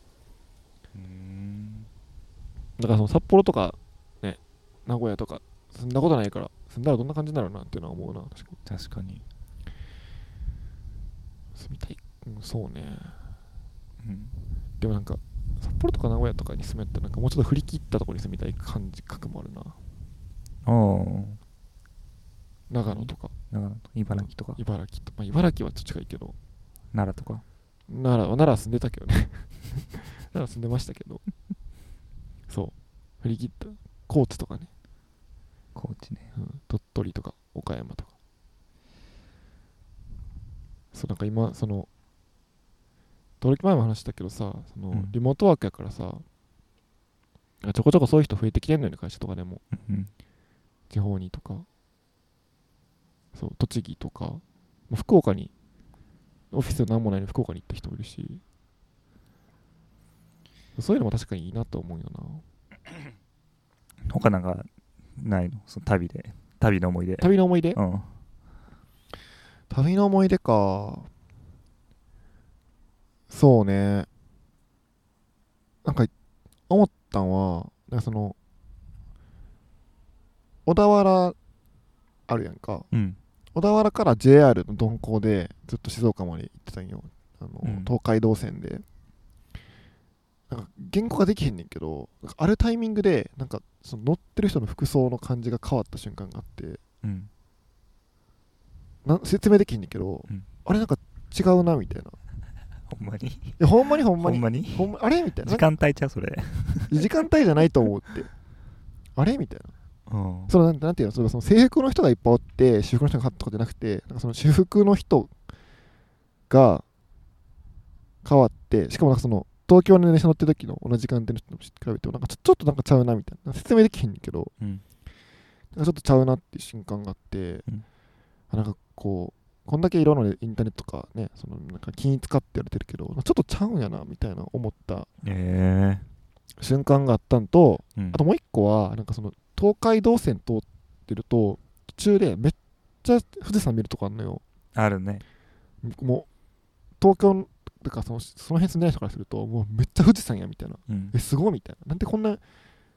S2: うん
S1: だからその札幌とかね名古屋とか住んだことないから住んだらどんな感じになるなっていうのは思うな。確かに
S2: 確かに。
S1: 住みたい、うん、そうね。
S2: うん
S1: でもなんか札幌とか名古屋とかに住めたらなんかもうちょっと振り切ったところに住みたい感じ覚もあるな。
S2: ああ
S1: 長野とか
S2: 長野と茨城とか
S1: 茨城と、まあ、茨城はちょっと近いけど、
S2: 奈良とか。
S1: 奈良は奈良住んでたけどね奈良住んでましたけどそう振り切った高知とかね、
S2: 高知ね。
S1: うん、鳥取とか岡山とか、そうなんか今その登録前も話したけどさ、その
S2: うん
S1: リモートワークやからさ、ちょこちょこそういう人増えてきてんのよね、会社とかでも。
S2: うん
S1: 地方にとか、そう栃木とか、まあ福岡にオフィスなんもないのに福岡に行った人もいるし、そういうのも確かにいいなと思うよな。
S2: 他なんかないのその旅で旅の思い出。
S1: 旅の思い出、
S2: うん
S1: 旅の思い出か。そうね、なんか思ったんはなんかその小田原あるやんか、
S2: うん
S1: 小田原から ジェイアール の鈍行でずっと静岡まで行ってたんよ。あの、
S2: うん
S1: 東海道線でなんか言語ができへんねんけど、なんかあるタイミングでなんかその乗ってる人の服装の感じが変わった瞬間があって、
S2: うん
S1: な説明できへんねんけど、
S2: うん
S1: あれなんか違うなみたいな。
S2: ほんまに
S1: いやほんまにほんまに
S2: ほんまに
S1: ほんまあれみたいな。
S2: 時間帯ちゃうそれ。
S1: 時間帯じゃないと思うって。あれみたいな。
S2: うん
S1: そのなんなんていうの、そのその制服の人がいっぱいおって私服の人が勝ったとかじゃなくて、なんかその私服の人が変わって、しかもなんかその東京の電車乗ってる時の同じ時間帯の人と比べてなんかちょちょっとなんかちゃうなみたいな、説明できへんねんけど、
S2: うん
S1: なんかちょっとちゃうなっていう瞬間があって、
S2: うん
S1: あなんかこうこんだけいろんなインターネットとかね、そのなんか均一化って言われてるけどちょっとちゃうんやなみたいな思った
S2: え
S1: 瞬間があったんと、
S2: えうん
S1: あともう一個はなんかその東海道線通ってると途中でめっちゃ富士山見るとこあるのよ。
S2: あるね。
S1: もう東京とかそのその辺住んでない人からするともうめっちゃ富士山やみたいな、
S2: うん
S1: えすごいみたいな、なんでこんな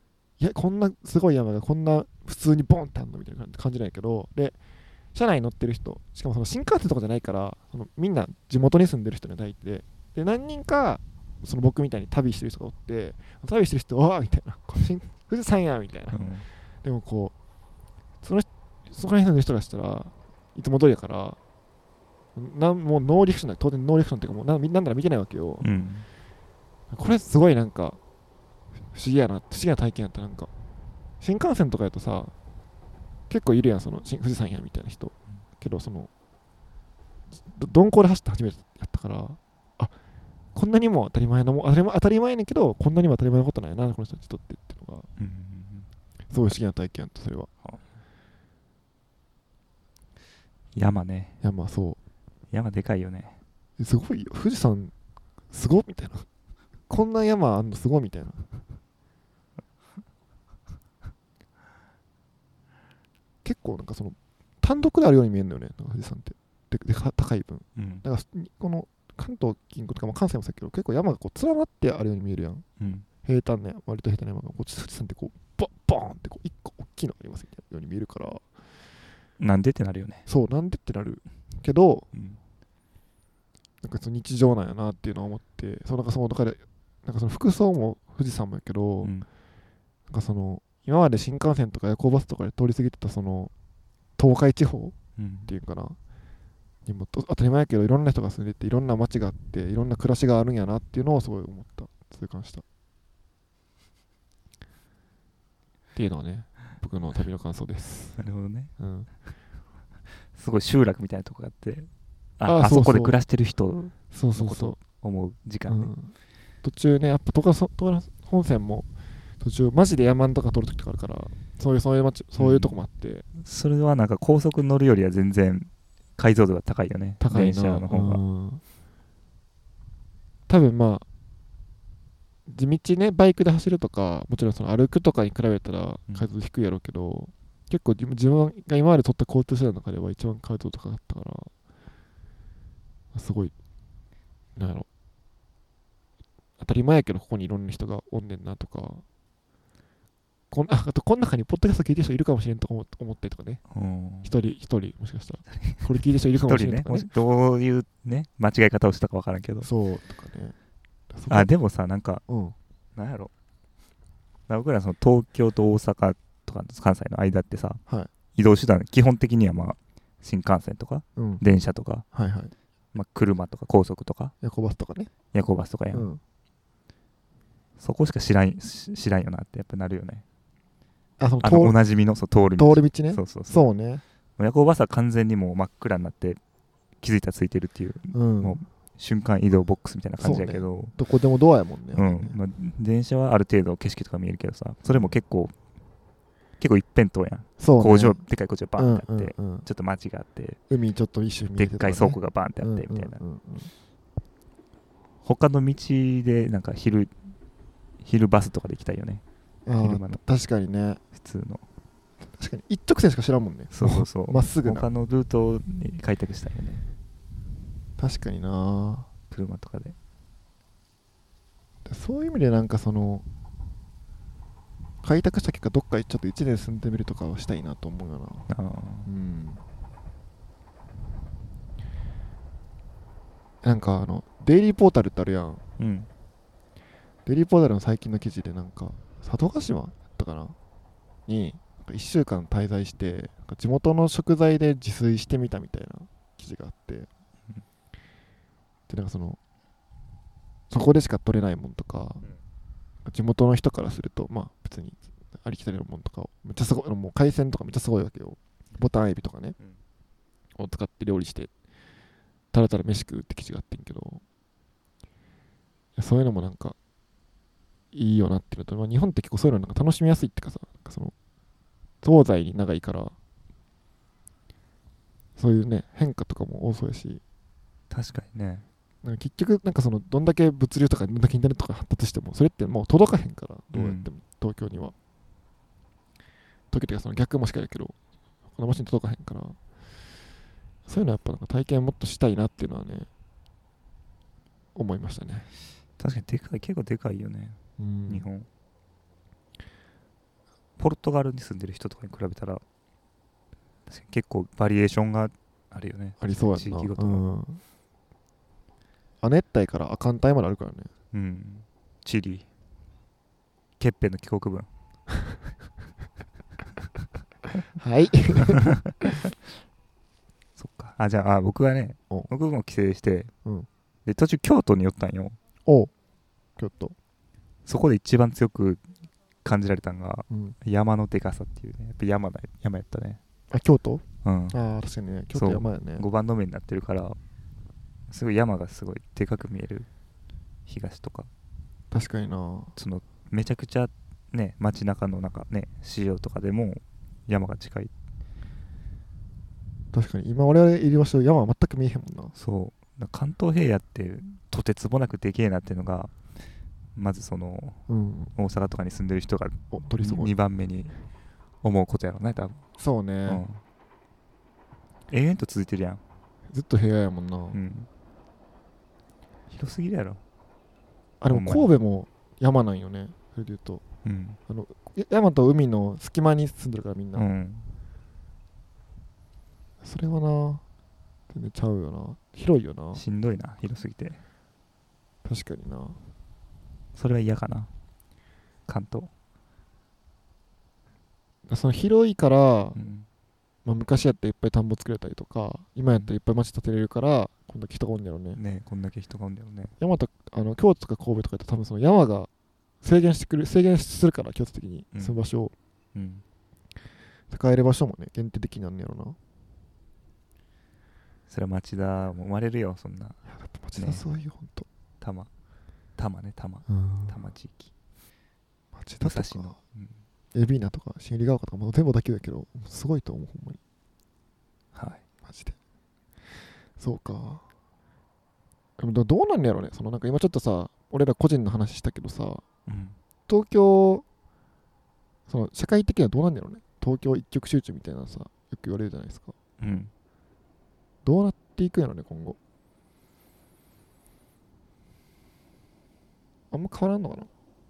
S1: いやこんなすごい山がこんな普通にボンってあるのみたいな感じなんやけど、で車内に乗ってる人、しかもその新幹線とかじゃないから、そのみんな地元に住んでる人に大体で、で何人かその僕みたいに旅してる人がおって、旅してる人わーみたいな、こ新富士山やみたいな、
S2: うん、
S1: でもこうそのそこら辺の人がしたらいつも通りやから、なんもうノーリアクションだ、当然ノーリアクションっていうか、もうななんなら見てないわけよ、
S2: うん、
S1: これすごいなんか不思議やな、不思議な体験やった。なんか新幹線とかやとさ、結構いるやん、その新富士山やみたいな人、けどそのど鈍行で走って初めてやったから、あ、こんなにも当たり前のも当たり前当たり前やねんけど、こんなにも当たり前のことないなこの人たちにとってっていうのが
S2: うん、
S1: すごい不思議な体験やった。それは
S2: 山ね。
S1: いやまあそ
S2: 山でかいよね。
S1: う、すごいよ富士山、すごっみたいな、こんな山あんのすごいみたいな。結構なんかその単独であるように見えるんだよね、なんか富士山ってででか高い分。
S2: うん、
S1: だからこの関東近郊とか、まあ関西もそうやけど、結構山がこう連なってあるように見えるやん。
S2: うん、
S1: 平坦ね、割と平坦な山がこう富士山ってこうバッバーンってこう一個大きいのがありますみたいなように見えるから、
S2: なんでってなるよね。
S1: そうなんでってなるけど、
S2: うん、
S1: なんかその日常なんやなっていうのを思って、そうなんかその中でなんかその服装も富士山もやけど、
S2: うん、
S1: なんかその今まで新幹線とか夜行バスとかで通り過ぎてたその東海地方
S2: うん
S1: っていうかなにもと当たり前やけど、いろんな人が住んでていろんな街があっていろんな暮らしがあるんやなっていうのをすごい思った、痛感したっていうのはね、僕の旅の感想です。
S2: なるほどね。
S1: うん、
S2: すごい集落みたいなとこがあって、あ
S1: あ、
S2: あ
S1: そうそう
S2: そこで暮らしてる人
S1: そうそうそ
S2: のことを思う時
S1: う、
S2: 間ね。
S1: うん、途中ねやっぱ東海東海本線も途中マジで山んとか通る時とかあるから、そういうそういう街そういうとこもあって、
S2: それはなんか高速乗るよりは全然解像度が高いよね。
S1: 高いな。
S2: 電車の方が。
S1: うん、多分まあ地道ねバイクで走るとかもちろんその歩くとかに比べたら解像度低いやろうけど、結構自分自分が今まで取った交通手段の中では一番解像度高かったから、すごいなんやろ、当たり前やけどここにいろんな人がおんねんなとか、こんああとこの中にポッドキャスト聞いてる人いるかもしれんとか思思ったりとかね、
S2: うん
S1: 一人一人もしかしたらこれ聞いてる人いるかもしれんとかね、
S2: 一人ね、もしどういうね、間違い方をしたか分からんけど。
S1: そうとかね、そこ
S2: あ、でもさ、なんか、
S1: うん、
S2: なんやろ。僕らその東京と大阪とか関西の間ってさ、
S1: はい、
S2: 移動手段、基本的にはまあ、新幹線とか、
S1: うん、
S2: 電車とか、
S1: はいはい、
S2: まあ、車とか高速とか、
S1: 夜行バスとかね、
S2: 夜行バスとかやん。
S1: うん、
S2: そこしか知らん、し知らんよなってやっぱなるよね。
S1: あその
S2: あのお
S1: 通
S2: なじみのそう通る道。
S1: 通り道ね、
S2: そうそうそう。
S1: そうね、
S2: 夜行バスは完全にもう真っ暗になって気づいたらついてるっていう、
S1: うん、
S2: もう瞬間移動ボックスみたいな感じだけど、
S1: どこでもドアやもんね。
S2: うんまあ、電車はある程度景色とか見えるけどさ、それも結構結構一辺倒やん。
S1: そうね、
S2: 工場でかい工場バンってあって、
S1: うんうんうん、
S2: ちょっと街があって
S1: 海ちょっと一周見
S2: で
S1: えてとかね、
S2: っかい倉庫がバンってあってみたいな、
S1: うんうんうんうん、
S2: 他の道でなんか昼昼バスとかで行きたいよね。
S1: あ
S2: 昼間の
S1: 確かにね、
S2: 普通の
S1: 確かに一直線しか知らんもんね。
S2: そうそうそう
S1: まっすぐな、
S2: 他のルートに開拓したいよね、
S1: 確かにな。
S2: 車とかで。
S1: そういう意味でなんかその開拓した結果どっかちょっといちねん住んでみるとかはしたいなと思うよな。
S2: あ
S1: うん、なんかあのデイリーポータルってあるやん。
S2: うん
S1: デイリーポータルの最近の記事でなんか佐渡島だったかなにいっしゅうかん滞在して、なんか地元の食材で自炊してみたみたいな記事があって、でなんかそのそこでしか取れないもんとか、地元の人からするとまあ別にありきたりのもんとかをめっちゃすごい、もう海鮮とかめっちゃすごいわけよ。ボタンエビとかね、うん、を使って料理してたらたら飯食うって記事があってんけど、そういうのもなんかいいよなっていうのと、まあ、日本って結構そういうのなんか楽しみやすいっていうかさ、なんかその東西に長いからそういうね変化とかも多そうやし、
S2: 確かにね。
S1: なんか結局なんかそのどんだけ物流とかどんだけインターネットが発達してもそれってもう届かへんから、どうやっても東京には、東京っていうかその逆もしかやけどこの街に届かへんから、そういうのはやっぱなんか体験もっとしたいなっていうのはね思いましたね。
S2: 確かにでかい、結構でかいよね、
S1: うん、
S2: 日本。 ポルトガルに住んでる人とかに比べたら確かに結構バリエーションがあるよね。
S1: ありそうや
S2: 地
S1: な。
S2: 域ごとの。
S1: うん亜熱帯から亜寒帯まであるからね。
S2: うん。チリ、ケッペンの帰国文。
S1: はい
S2: そっか。あ、じゃあ、あ僕はね、
S1: お
S2: 僕も帰省して、
S1: うん
S2: で、途中京都に寄ったんよ。
S1: お京都、
S2: そこで一番強く感じられたのが、
S1: うん、
S2: 山のでかさっていうね。やっぱ山だ、山やったね。
S1: あ京都
S2: うん。
S1: ああ確かにね京都山やね。
S2: ごばんの目になってるから、すごい山がすごいでかく見える。東とか。
S1: 確かにな。
S2: その、めちゃくちゃね、街中の中ね、市場とかでも山が近い。
S1: 確かに今我々いる場所山は全く見えへんもんな。
S2: そうだ関東平野ってとてつもなくでけえなっていうのがまずその
S1: うん
S2: 大阪とかに住んでる人が
S1: お取り損
S2: にばんめに思うことやろね多分、
S1: そうね、
S2: うん、永遠と続いてるやん、
S1: ずっと部屋やもんな、
S2: うん、広すぎるやろ。
S1: あでも
S2: ほんまに
S1: 神戸も山なんよね。それで言うと
S2: うん
S1: あのや山と海の隙間に住んでるからみんな、
S2: うん
S1: それはな全然ちゃうよな。広いよな。
S2: しんどいな広すぎて。
S1: 確かにな。
S2: それは嫌かな関東、
S1: その広いから、
S2: うん
S1: まあ、昔やったらいっぱい田んぼ作れたりとか今やったらいっぱい町建てれるからこんだけ人がおんねやろね。
S2: ねこんだけ人がおんだよね。
S1: 山とあの京都とか神戸とかやったら多分その山が制限してくる制限するから強制的に
S2: うん
S1: その場所を
S2: うん
S1: 使える場所もね限定的になんねやろな。
S2: それは町田も生まれるよそんな。
S1: いやだって町田そういうほんと
S2: 多摩多摩ね多摩
S1: うん
S2: 多摩地域
S1: 町田と
S2: 武蔵野
S1: か、
S2: うん
S1: 海老名とか新百合ヶ丘とかもう全部だけだけどすごいと思うほんまに
S2: はい
S1: マジで。そうか。でもどどうなんねやろね。そのなんか今ちょっとさ俺ら個人の話したけどさ
S2: うん
S1: 東京その社会的にはどうなんねやろね。東京一極集中みたいなさよく言われるじゃないですか。
S2: うん
S1: どうなっていくんやろね今後。あんま変わらんのかな。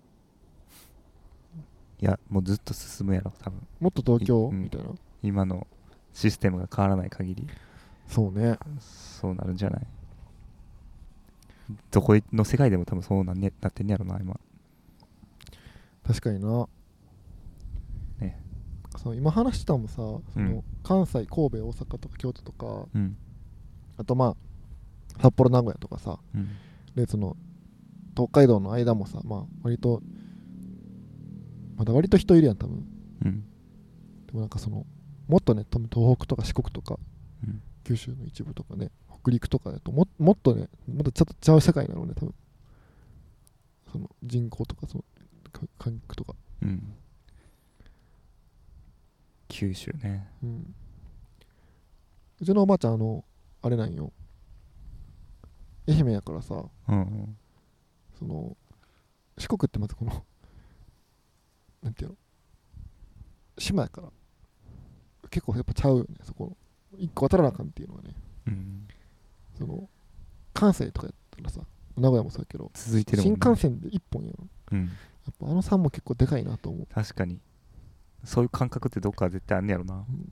S2: いやもうずっと進むやろ多分
S1: もっと東京、
S2: うん
S1: みたいな。
S2: 今のシステムが変わらない限り
S1: そうね。
S2: そうなるんじゃない。どこの世界でも多分そうなん、ね、なってんやろな今
S1: 確かにな。
S2: ね。
S1: その今話したのもさその、
S2: うん
S1: 関西神戸大阪とか京都とか
S2: うん
S1: あとまあ札幌名古屋とかさ
S2: うん
S1: でその東海道の間もさまあ割とまだ割と人いるやん多分。
S2: うん
S1: でもなんかそのもっとね多分東北とか四国とか
S2: うん
S1: 九州の一部とかね北陸とかだとももっとねまだちょっと違う世界なのね多分。その人口とかそのか環境とか、
S2: うん九州ね。
S1: うん、うちのおばあちゃんあのあれなんよ愛媛やからさ
S2: うんうん
S1: その四国ってまずこのなんていうの島やから結構やっぱちゃうよね。そこ一個渡らなあかんっていうのはね
S2: うん
S1: その関西とかやったらさ名古屋もそうやけど
S2: 続いてるもんね。
S1: 新幹線で一本やん。や
S2: うん
S1: っぱあの山も結構でかいなと思う。
S2: 確かにそういう感覚ってどっか絶対あんねやろな。
S1: うん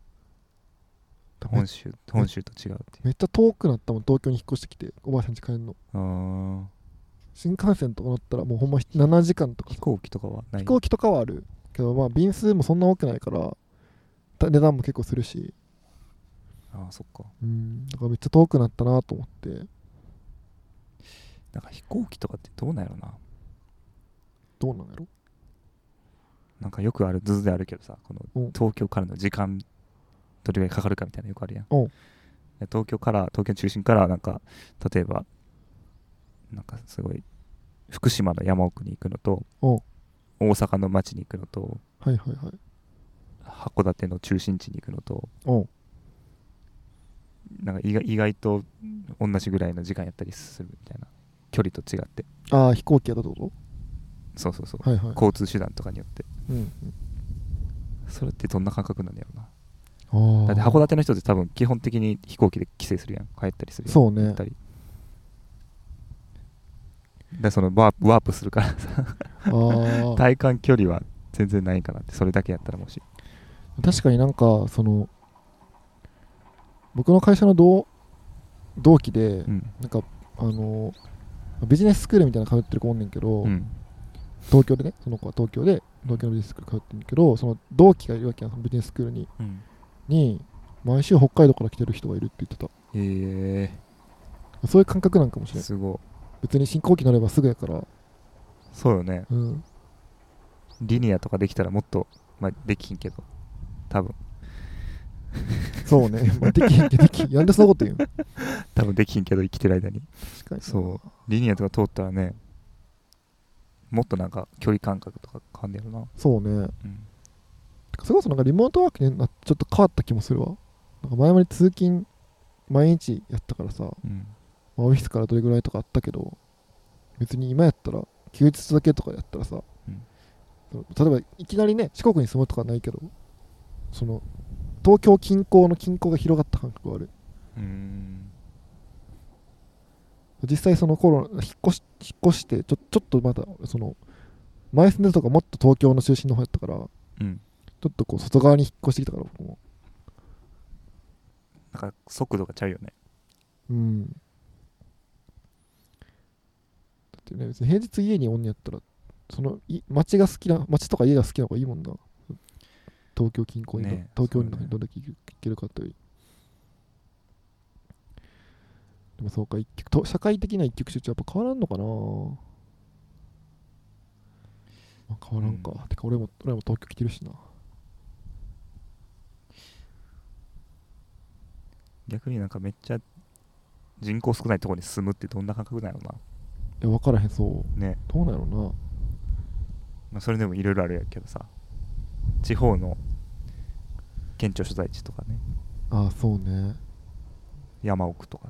S2: 本州本州と違うっていう。
S1: めっちゃ遠くなったもん東京に引っ越してきておばあちゃん家帰んの。
S2: あー
S1: 新幹線とか乗ったらもうほんまななじかんとかさ
S2: 飛行機とかはない。
S1: 飛行機とかはあるけどまあ便数もそんな多くないからた値段も結構するし
S2: ああそっか。
S1: うんだからめっちゃ遠くなったなと思って。
S2: なんか飛行機とかってどうなんやろな。
S1: どうなんやろ。
S2: なんかよくある図であるけどさこ
S1: うん
S2: の東京からの時間どれぐらいかかるかみたいなのよくあるやん。
S1: うん
S2: で東京から東京の中心からなんか例えばなんかすごい福島の山奥に行くのと
S1: うん
S2: 大阪の町に行くのと
S1: はいはいはい
S2: 函館の中心地に行くのと
S1: うん
S2: なんか意外意外と同じぐらいの時間やったりするみたいな距離と違って。
S1: ああ飛行機やったってこ
S2: そうそうそう、
S1: とはいはい
S2: 交通手段とかによって
S1: うんうん
S2: それってどんな感覚なんだろうな。
S1: あ
S2: だって函館の人って多分基本的に飛行機で帰省するやん帰ったりするやん
S1: そうね
S2: 行ったりだからそのワープワープするからさ
S1: あー
S2: 体感距離は全然ないかなって、それだけやったらもし。
S1: 確かになんかその僕の会社の同同期で、
S2: うん。
S1: なんかあのビジネススクールみたいなの通ってる子おんねんけど、
S2: うん。
S1: 東京でね、その子は東京で東京のビジネススクール通ってるんだけど、その同期がいるわけやん、そのビジネススクールに
S2: うん。
S1: に毎週北海道から来てる人がいるって言ってた。
S2: え
S1: そういう感覚なんかもし
S2: ー、
S1: れん。
S2: すごい。
S1: 別に新航機乗ればすぐやから。
S2: そうよね。
S1: うん。
S2: リニアとかできたらもっと、まあ、できひんけど、多分。
S1: そうね。まあ、できへんけどできへん。なんでそんなこと言うん？
S2: 多分できひんけど、生きてる間に。
S1: 確かに。
S2: そう。リニアとか通ったらね、もっとなんか距離感覚とか変わんねやろな。
S1: そうね。
S2: うん。
S1: てかそれこそなんかリモートワークになちょっと変わった気もするわ。なんか前まで通勤毎日やったからさ、
S2: うん。
S1: まあ、オフィスからどれぐらいとかあったけど、別に今やったら休日だけとかやったらさ、
S2: うん、
S1: その例えばいきなりね四国に住むとかないけど、その東京近郊の近郊が広がった感覚はある。
S2: うーん。
S1: 実際その頃引っ越し引っ越してちょちょっとまだその前住んでるとかもっと東京の中心の方やったから、
S2: うん。
S1: ちょっとこう外側に引っ越してきたから僕も。
S2: なんか速度がちゃうよね。
S1: うん。だってね別に平日家におんねやったらそのい街が好きな街とか家が好きな方がいいもんな。東京近郊にど、
S2: ね、
S1: 東京に
S2: そうね
S1: どれだけ行けるかという。でもそうか、一極と社会的な一極集中やっぱ変わらんのかな。まあ、変わらんか、
S2: うん、
S1: てか俺も俺も東京来てるしな。
S2: 逆になんかめっちゃ人口少ないところに住むってどんな感覚なのな。
S1: いや分からへん。そう
S2: ね。
S1: どうなんやろな。
S2: まあ、それでもいろいろあるやけどさ、地方の県庁所在地とかね、
S1: ああそうね。
S2: 山奥とか。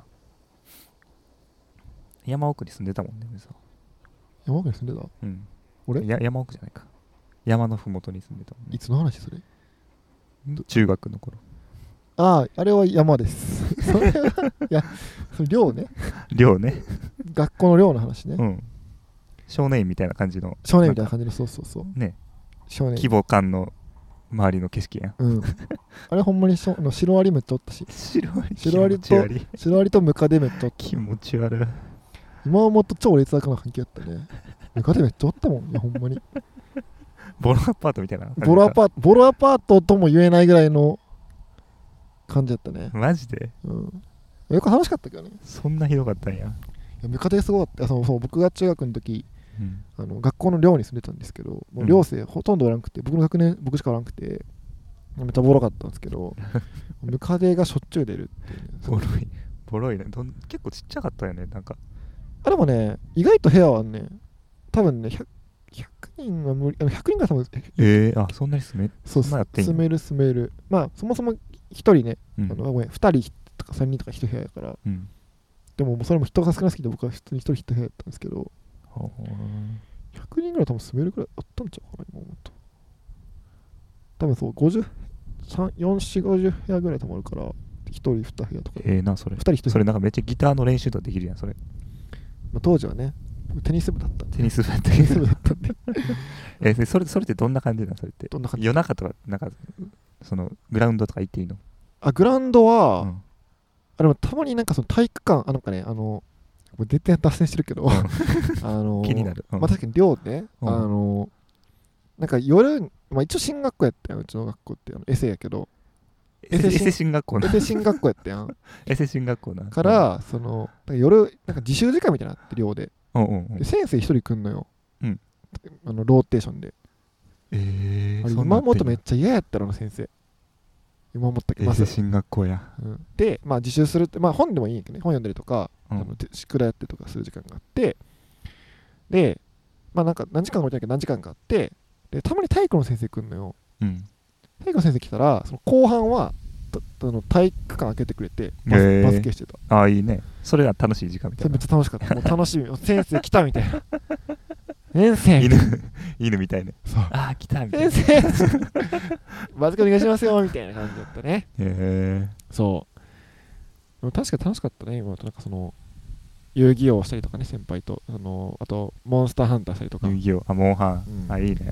S2: 山奥に住んでたもんね、さ。
S1: 山奥に住んでた？
S2: うん。
S1: 俺
S2: や山奥じゃないか。山のふもとに住んでたもんね。
S1: いつの話それ？
S2: 中学の頃。
S1: あああれは山です。それはいやそれ寮ね。
S2: 寮ね。
S1: 学校の寮の話ね。
S2: うん。少年院みたいな感じの。
S1: 少年みたいな感じの、そうそうそう。
S2: ね。
S1: 少年。
S2: 規模感の周りの景色やん。
S1: うん。あれほんまにしょのシロアリめっちゃおったし。
S2: シロアリ
S1: シロアリとシロアリとムカデめっちゃおった。
S2: 気持ち悪い。
S1: 今思うと超劣悪な関係やったね。ムカデめっちゃおったもんね、ほんまに。
S2: ボロアパートみたいな。
S1: ボロアパート、ボロアパートとも言えないぐらいの感じやったね。
S2: マジで？
S1: うん。よく楽しかったけどね。
S2: そんなひどかったんや。
S1: いやムカデすごかった。そのそう僕が中学の時、
S2: うん、
S1: あの学校の寮に住んでたんですけど、もう寮生ほとんどおらんくて、僕の学年僕しかおらんくて、めっちゃボロかったんですけど、ムカデがしょっちゅう出るっていうね。
S2: ボロい。ボロいね。どん結構ちっちゃかったよね、なんか。
S1: あ、でもね、意外と部屋はね、多分ね、ひゃく, ひゃくにんは無理、あのひゃくにんが多分、
S2: えー、あ、そんなに住め
S1: そう
S2: そんなやってんの？
S1: 住める住める。まあ、そもそもひとりね、
S2: うん、
S1: あのごめん、ふたりとかさんにんとかいち部屋やから、
S2: うん、
S1: でももうそれも人が少なすぎて僕は普通にひとりいち部屋やったんですけど、
S2: ほう
S1: ひゃくにんぐらい多分住めるぐらいあったんちゃうかな、今思うと。多分そう、ごじゅう、よん、よん、ごじゅう部屋ぐらい泊まるから、ひとりに部屋とか。
S2: ええー、な、それ。
S1: ふたりいち部屋。
S2: それなんかめっちゃギターの練習とかできるやん、それ。
S1: まあ、当時はね、僕テニス部だったんで。
S2: テニス部やった
S1: テニス部だったんで。
S2: えー、それ、それってどんな感じなのそれって。
S1: どんな感じ？
S2: 夜中とか、なんか、その、グラウンドとか行っていいの？
S1: あ、グラウンドは、
S2: うん、
S1: あでもたまになんかその体育館、あなんかね、あの、これ絶対脱線してるけど、
S2: うん、
S1: あの
S2: 気になる。うん、
S1: まあ確かに寮で、
S2: うん、
S1: あの、なんか夜、まあ一応進学校やったよ、うちの学校って、あのエセやけど、
S2: エセエセ進学校な。
S1: エセ進学校やったやん。
S2: エセ進学校な。
S1: から、その、なんか夜、なんか自習時間みたいなのあって、寮で。
S2: うんうんうん。
S1: で先生一人来んのよ。
S2: うん。
S1: あの、ローテーションで。
S2: えー、
S1: あれ
S2: そんなんあってんの？
S1: 今思うとめっちゃ嫌やったらあの先生。今思ったけど、
S2: エセ進学校や。
S1: うん、で、まあ自習するって、まあ本でもいいんやけどね、本読んだりとか、
S2: うん、
S1: あの宿題やってとかする時間があって、で、まあなんか何時間か置いてないけど何時間かあって、で、たまに体育の先生来んのよ。
S2: うん。
S1: 体育の先生来たら、その後半は、あの体育館開けてくれてバス、
S2: えー、
S1: バスケしてた。
S2: ああ、いいね。それが楽しい時間みたいな。
S1: それめっちゃ楽しかった。もう楽しみ。先生来たみたいな。先生
S2: 犬、犬みたいな。
S1: そう。
S2: ああ、来たみたいな。
S1: 先生バスケお願いしますよみたいな感じだったね。
S2: へえ。
S1: そう。でも確かに楽しかったね。今となんかその、遊戯王したりとかね、先輩と。あの、あと、モンスターハンターしたりとか。
S2: 遊戯王、あ、モンハン。
S1: うん
S2: あ、いいね。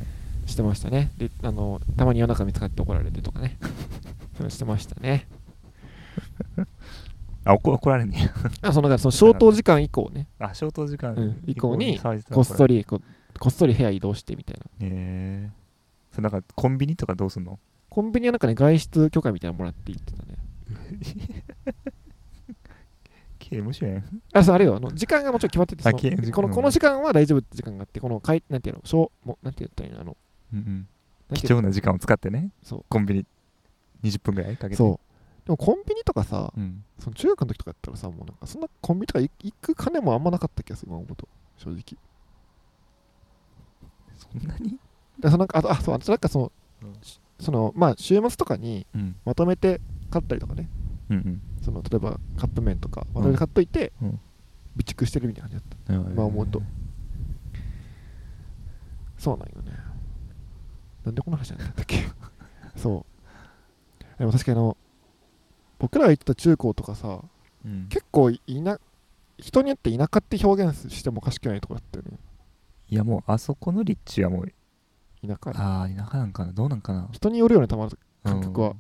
S1: してましたね。で、あのたまに夜中見つかって怒られてとかねそういうのしてましたね。
S2: あ、怒怒られんねや。
S1: あ、そのだからその消灯時間以降ね、
S2: あ、消灯時間
S1: うん、以降に
S2: 騒いでた
S1: こっそ
S2: り。
S1: りここっそり部屋移動してみたいな。
S2: へえ。それなんかコンビニとかどうすんの？
S1: コンビニはなんかね、外出許可みたいなのもらって行ってたね。
S2: 刑務所やん。
S1: あ、そう、あれよ、あの時間がもちろん決まってて、その
S2: あけ
S1: このこの時間は大丈夫って時間があって、このかいなんていうの、しょうもうなんて言ったらいいの、あの
S2: うんうん。貴
S1: なんていうの
S2: 重な時間を使ってね、
S1: そう
S2: コンビニにじゅっぷんぐらいかけて。
S1: そう。でもコンビニとかさ、
S2: う。ん。
S1: その中学の時とかやったらさ、もうなんかそんなコンビニとか行行く金もあんまなかった気がする、今思うと、正直。
S2: そんなに？
S1: で、そのなんかあと、あ、そう、あとなんかその、
S2: うん
S1: そのまあ週末とかに
S2: うん。
S1: まとめて買ったりとかね、
S2: うんうん。
S1: その例えばカップ麺とかまとめて買っといて、
S2: うん
S1: 備蓄してるみたいな感じだった。
S2: うん
S1: まあ思うとそうなんよね。なんでこの話なんだったっけそうでも確かにあの僕らが行ってた中高とかさ、
S2: うん。
S1: 結構いな人によって田舎って表現してもおかしくないところだったよね。
S2: いやもうあそこの立地はもう、
S1: 田舎
S2: ああ、田舎なんかな、どうなんかな。
S1: 人によるよね、たまる感覚は、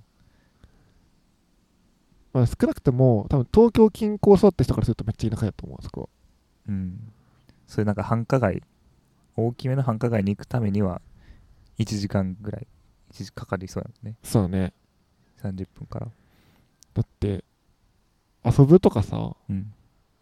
S1: まあ、少なくとも多分東京近郊育った人からするとめっちゃ田舎やと思う、あそこは。
S2: うん。うん。そういうなんか繁華街、大きめの繁華街に行くためにはいちじかんぐらい、いちじかかりそうやもんね。
S1: そうだね。
S2: さんじゅっぷんから。
S1: だって遊ぶとかさ
S2: うん。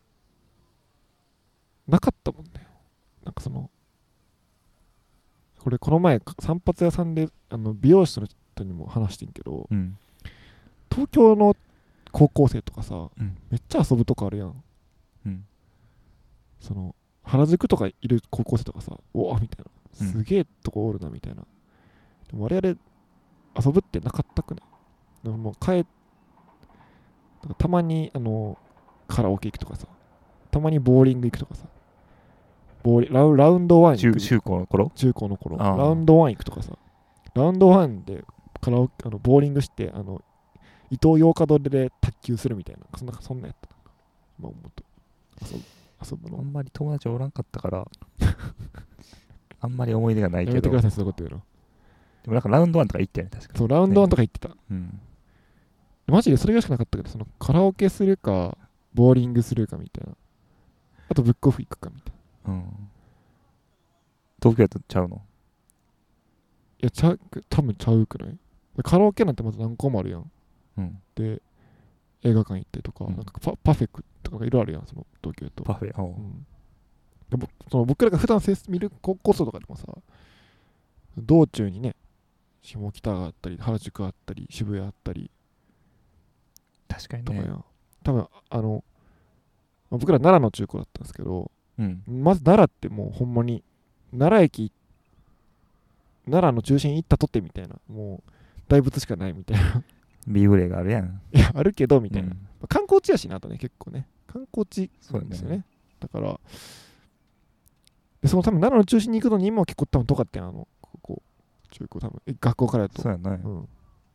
S1: なかったもんね。なんかそのこれこの前散髪屋さんであの美容師の人にも話してんけど、
S2: うん。
S1: 東京の高校生とかさ、
S2: うん。
S1: めっちゃ遊ぶとこあるやん。
S2: うん。
S1: その原宿とかいる高校生とかさ、おおみたいな、
S2: うん
S1: すげえとこおるなみたいな。でも我々遊ぶってなかったくない？でももう帰っなんかたまにあのカラオケ行くとかさ、たまにボーリング行くとかさ、ボーリラウラウンドワン行
S2: 中
S1: く
S2: 中高の頃。
S1: 中高の頃
S2: あー
S1: ラウンドワン行くとかさ、ラウンドワンでカラオケあのボーリングしてあの伊東洋華堂で卓球するみたいな、そんなそんなやった。まあ思うと遊ぶ遊ぶの
S2: あんまり友達おらんかったからあんまり思い出がないけど、
S1: やめてください、そういうこと言うの。
S2: でもなんかラウンドワンとか行ったよね、確かに。
S1: そうラウンドワンとか行ってた。
S2: うん。
S1: マジでそれがしかなかったけど、そのカラオケするかボーリングするかみたいな、あとブックオフ行くかみたいな。
S2: うん。東京やとちゃうの？
S1: いやちゃう多分ちゃうくない？カラオケなんてまず何個もあるやん。
S2: うん。
S1: で映画館行ったりとか、
S2: うん
S1: なんかパパフェクとかいろいろあるやん、その東京と。
S2: パフェ。おう。
S1: うんでもその僕らが普段せ見る高校生とかでもさ、道中にね、下北があったり原宿あったり渋谷あったり
S2: 確かにね。
S1: とかやん。多分あの、まあ僕ら奈良の中高だったんですけど、
S2: うん。
S1: まず奈良ってもうほんまに奈良駅奈良の中心行ったとてみたいな、もう大仏しかないみたいな
S2: ビーフレがあるやん。
S1: いやあるけどみたいな、
S2: うん
S1: まあ観光地やしな、あとね、結構ね観光地なんですよね。
S2: そう
S1: だからでその多分奈良の中心に行くのにも結構多分遠かったやん、あのここ中高多分え学校からやと。
S2: そうやな。
S1: うん、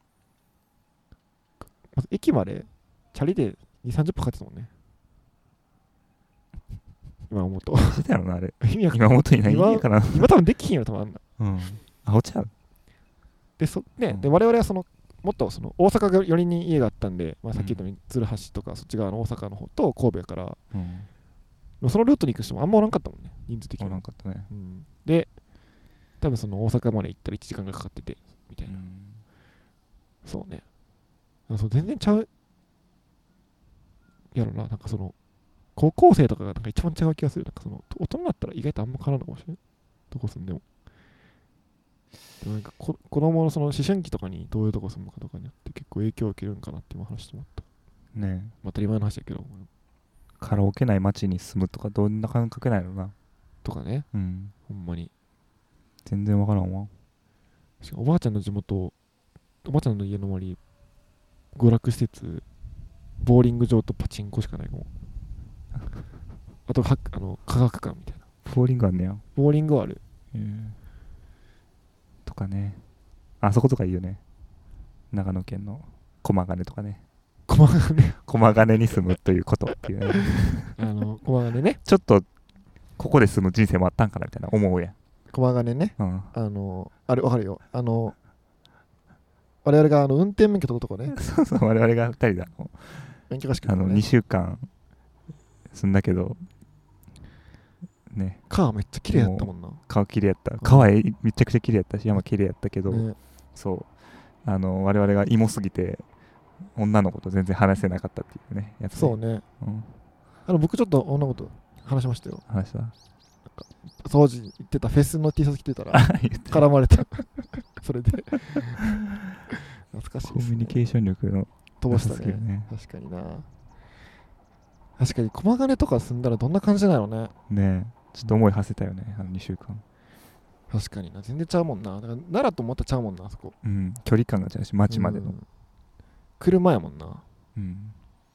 S1: まず駅までチャリでにじゅう、さんじゅっぷんかかってたもんね今思うと
S2: してたやろな、あれ。
S1: 意味わかん
S2: 今元にない
S1: 今
S2: 家かな。
S1: 今多分できひんよ多分あんな
S2: うん。あ、お茶。
S1: でそね、
S2: うん
S1: で我々はそのもっとその大阪寄りに家があったんで、まあ、さっき言ったように鶴橋とかそっち側の大阪の方と神戸やから、
S2: うん。
S1: でもそのルートに行く人もあんまおらんかったもんね、人数的
S2: お
S1: には。
S2: らんかったね。
S1: うん、で多分その大阪まで行ったらいちじかんがかかっててみたいな、
S2: うん。
S1: そうね。あそう全然ちゃうやろな、なんかその高校生とかがなんか一番違う気がする。なんかその大人だったら意外とあんま変わらないかもしれない。どこ住んでも。でもなんかこ子供のその思春期とかにどういうとこ住むかとかによって結構影響を受けるんかなって今話してもらった。
S2: ねえ。
S1: まあ当たり前の話だけど。
S2: カラオケない街に住むとかどんな感覚ないのな。
S1: とかね、
S2: うん。
S1: ほんまに。
S2: 全然わからんわ。
S1: しかもおばあちゃんの地元、おばあちゃんの家の周り、娯楽施設、ボーリング場とパチンコしかないかも。あとはあの科学館みたいな。
S2: ボーリングあんねや。
S1: ボーリングはある。
S2: えー、とかね。あそことかいいよね。長野県の駒ヶ根とかね。
S1: 駒ヶ根
S2: 駒ヶ根に住むということっていうね。
S1: あの駒ヶ根ね。
S2: ちょっとここで住む人生もあったんかなみたいな思うやん。
S1: 駒ヶ根ね、
S2: うん
S1: あのあれわかるよ、あの我々があの運転免許取ったとこね、
S2: そうそう我々がふたりであの
S1: 免許合宿
S2: あの
S1: のね、
S2: にしゅうかん住んだけどね、
S1: 川めっちゃ綺麗やったもんな。
S2: 川綺麗やった
S1: ん
S2: 川えめちゃくちゃ綺麗やったし山綺麗やったけど、
S1: ね、
S2: そうあの我々が芋すぎて女の子と全然話せなかったっていうねやつね。
S1: そうね、
S2: うん、
S1: あの僕ちょっと女の子と話しましたよ。
S2: 話した
S1: 当時行ってたフェスの T シャツ着てたら
S2: 言って
S1: 絡まれたそれで懐かしいです、ね、
S2: コミュニケーション力の
S1: 飛ばした
S2: なさすぎる
S1: ね
S2: ね。
S1: 確かにな。確かに駒ヶ根とか住んだらどんな感じなのね。
S2: ねえちょっと思い馳せたよねあのにしゅうかん。
S1: 確かにな、全然ちゃうもんな。だから奈良とまたちゃうもんな、あそこ。
S2: うん距離感が違うし街までの、
S1: うん車やもんな。
S2: うん、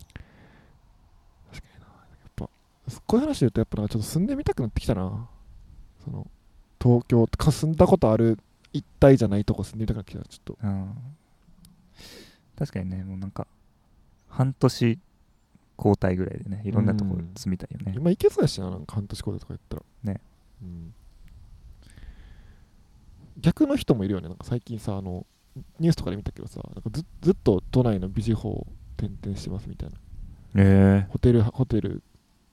S1: 確かにな。やっぱこういう話で言うとやっぱなんかちょっと住んでみたくなってきたな。その東京とか住んだことある一帯じゃないとこ住んでみたくなってきた。ちょっと
S2: うん確かにねもうなんか半年交代ぐらいでねいろんなところ住みたいよね。
S1: 今行けそうやしな、なんか半年交代とか言ったら
S2: ね、
S1: うん、逆の人もいるよね。なんか最近さ、あのニュースとかで見たけどさ、なんか ず, ずっと都内のビジホを転々してますみたいな。
S2: え
S1: ホテルホテル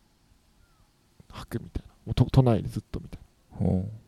S1: 泊みたいな、もう都都内でずっとみたい
S2: ー、ほう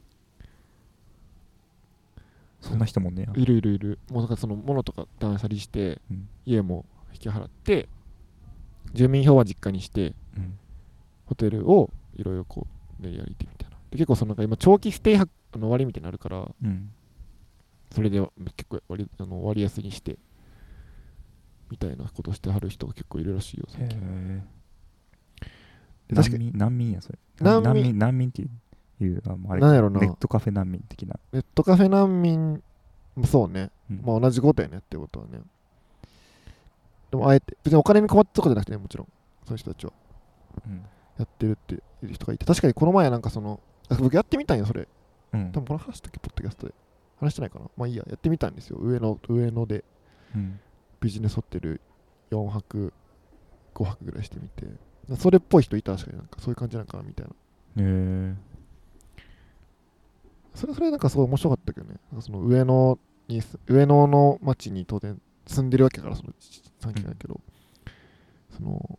S2: そんな人もねや、
S1: な。いるいるいる。もうなんかその物とか断捨離して、
S2: うん、
S1: 家も引き払って住民票は実家にして
S2: うん
S1: ホテルをいろいろこう練り歩いてみたいな。で結構そのなんか今長期ステイ泊の割みたいになのあるから、
S2: うん
S1: それで結構割あの割安にしてみたいなことしてはる人が結構いるらしいよ最近。
S2: へ
S1: で確かに
S2: 難民難民やそれ
S1: 難民
S2: 難民難民っていうあもうあれ
S1: なんやろな、
S2: ネットカフェ難民的な、
S1: ネットカフェ難民もそうね、
S2: うん
S1: まあ同じことやねってことはね。でもあえて別にお金に困ったとかじゃなくてね、もちろんそういう人たちは
S2: うん
S1: やってるっていう人がいて、確かにこの前なんかそのあ僕やってみたんよそれ。
S2: うん
S1: 多分この話したっけポッドキャストで話してないかな。まあいいや、やってみたんですよ。上野上野で
S2: うん
S1: ビジネスホテルよんはくごはくぐらいしてみて、それっぽい人いた。確かになんかそういう感じなんかなみたいな。
S2: へえ
S1: それそれなんかすごい面白かったけどね。なんかその上野に上野の町に当然住んでるわけだからその産地だけど、うん、その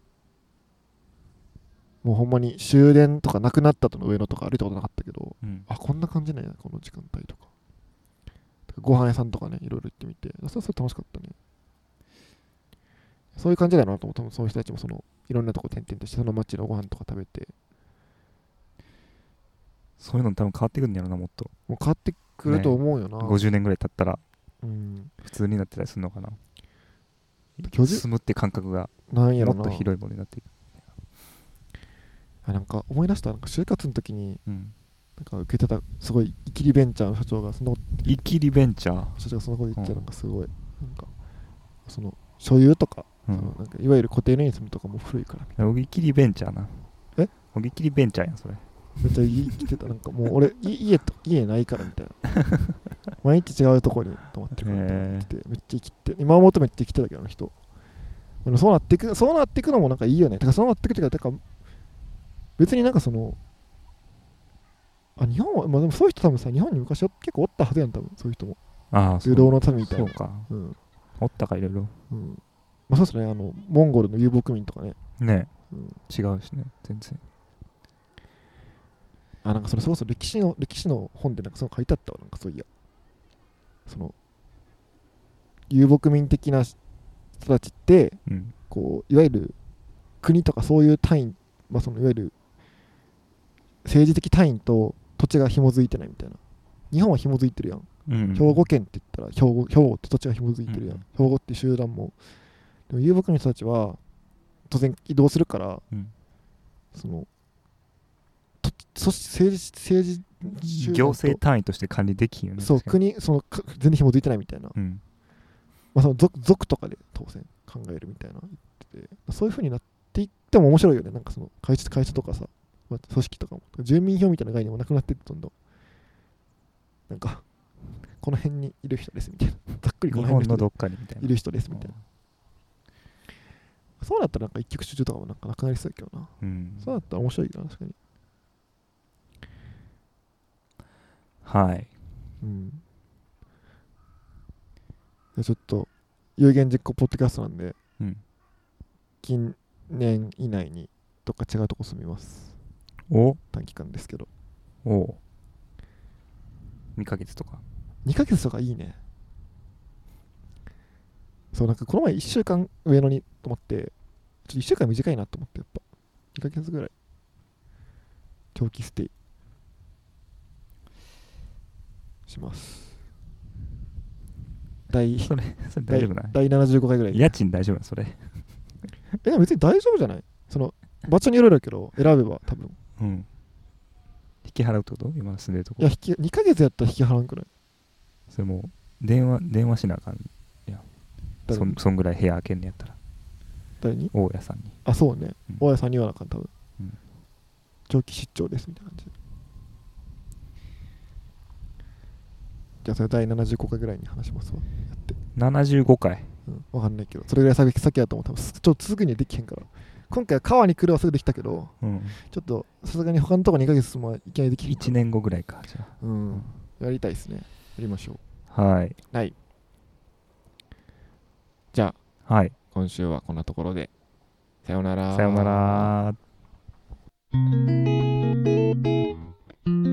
S1: もうほんまに終電とかなくなった後の上野とか歩いたことなかったけど、
S2: うん
S1: あこんな感じなんやこの時間帯とか。ご飯屋さんとかねいろいろ行ってみて、それはそれ楽しかったね。そういう感じだなと思う。多分そういう人たちもそのいろんなとこ転々としてその町のご飯とか食べて、
S2: そういうの多分変わってくるんやろなもっと
S1: もう変わってくると思うよな、
S2: ごじゅうねんぐらい経ったら
S1: うん、
S2: 普通になってたりするのかな。
S1: 居住
S2: 住むって感覚が
S1: なんやろな。
S2: もっと広いものになっていく。
S1: あなんか思い出した。なんか就活の時に
S2: うん
S1: なんか受けてたすごいイキリベンチャーの社長がその
S2: イキリベンチャー、
S1: 社長がそのこと言って、
S2: うん
S1: なんかすごいなんかその所有とか、
S2: うん
S1: そのなんかいわゆる固定の家に住むとかも古いからみたい
S2: おぎきりベンチャーな。
S1: え
S2: おぎきりベンチャーやんそれ。
S1: な。めっちゃ言ってた。なんかもう俺い家と家ないからみたいな毎日違うところに泊まってるからって言ってて、めっちゃ生きて今思うとめっちゃ生きてたけどあの人。でもそうなっていくそうなっていくのもなんかいいよね。てかそうなっていくっていうか、てか別になんかそのあ日本はまあでもそういう人多分さ日本に昔は結構おったはずやん多分そういう人も。
S2: ああ
S1: ブドウの民みたいな。
S2: そうか、
S1: うん。
S2: おったかいろいろ
S1: うん。まあそうですね、あのモンゴルの遊牧民とかね。
S2: ね、
S1: うん、
S2: 違うしね全然。
S1: あなんかそれそれこそ歴史の歴史の本でなんかそう書いてあったわ。なんかそういやその遊牧民的な人たちって、
S2: うん、
S1: こういわゆる国とかそういう単位、まあ、そのいわゆる政治的単位と土地が紐づいてないみたいな。日本は紐づいてるやん、
S2: うん、
S1: 兵庫県って言ったら兵庫兵庫って土地が紐づいてるやん、
S2: うん、
S1: 兵庫って集団も。でも遊牧民の人たちは当然移動するから、
S2: うん、
S1: そのとそ政治政治集団と
S2: 行政単位として管理できんよね。
S1: そう
S2: 確かに
S1: 国そのか全然紐づいてないみたいな、
S2: うん
S1: まあ、その族族とかで当然考えるみたいな言ってて、そういう風になっていっても面白いよね。なんかその会社会社とかさ、まあ、組織とかも住民票みたいな概念もなくなってってどんどんなんかこの辺にいる人ですみたいなざっくりこ
S2: 日
S1: の辺の人
S2: 本のどっかにみたいな。
S1: いる人ですみたいな、そうなったらなんか一極集中とかもなんかなくなりそうだけどな、
S2: うん、
S1: そうなったら面白いな確かに。
S2: はい
S1: うんでちょっと有言実行ポッドキャストなんで、
S2: うん、
S1: 近年以内にどっか違うとこ住みます。
S2: お
S1: 短期間ですけど
S2: おにかげつとか。
S1: にかげつとかいいね。そうなんかこの前いっしゅうかん上野に泊まってちょっといっしゅうかん短いなと思って、やっぱにかげつぐらい長期ステイします。第
S2: それそれ大丈夫な
S1: 第ななじゅうごかいぐらい。
S2: 家賃大丈夫なそれ。
S1: えでも別に大丈夫じゃない？その場所によるけど選べば多分。
S2: うん引き払うってこと？今住んでるとこ。
S1: いや引きにかげつやったら引き払うんくらい。
S2: それもう電話電話しなあかん。いやそんそんぐらい部屋開けんねやったら。
S1: 誰に？
S2: 大家さんに。
S1: あそうね、
S2: うん、
S1: 大家さんに言わなあかん多分、
S2: うん、
S1: 長期出張ですみたいな感じで。じゃあそれ第ななじゅうごかいぐらいに話しますわ。やって。
S2: ななじゅうごかい。
S1: うん、わかんないけど、それぐらい先先やと思う。多分ちょっとすぐにはできへんから。今回は川に来るはすぐできたけど、
S2: うん、
S1: ちょっとさすがに他のとこにかげつもいきなりできへん
S2: いちねんごぐらいかじゃあ。
S1: うん、
S2: うん、
S1: やりたいですね。やりましょ
S2: う。はい。
S1: はい。じゃあ、
S2: はい。
S1: 今週はこんなところで。さようなら。
S2: さようなら。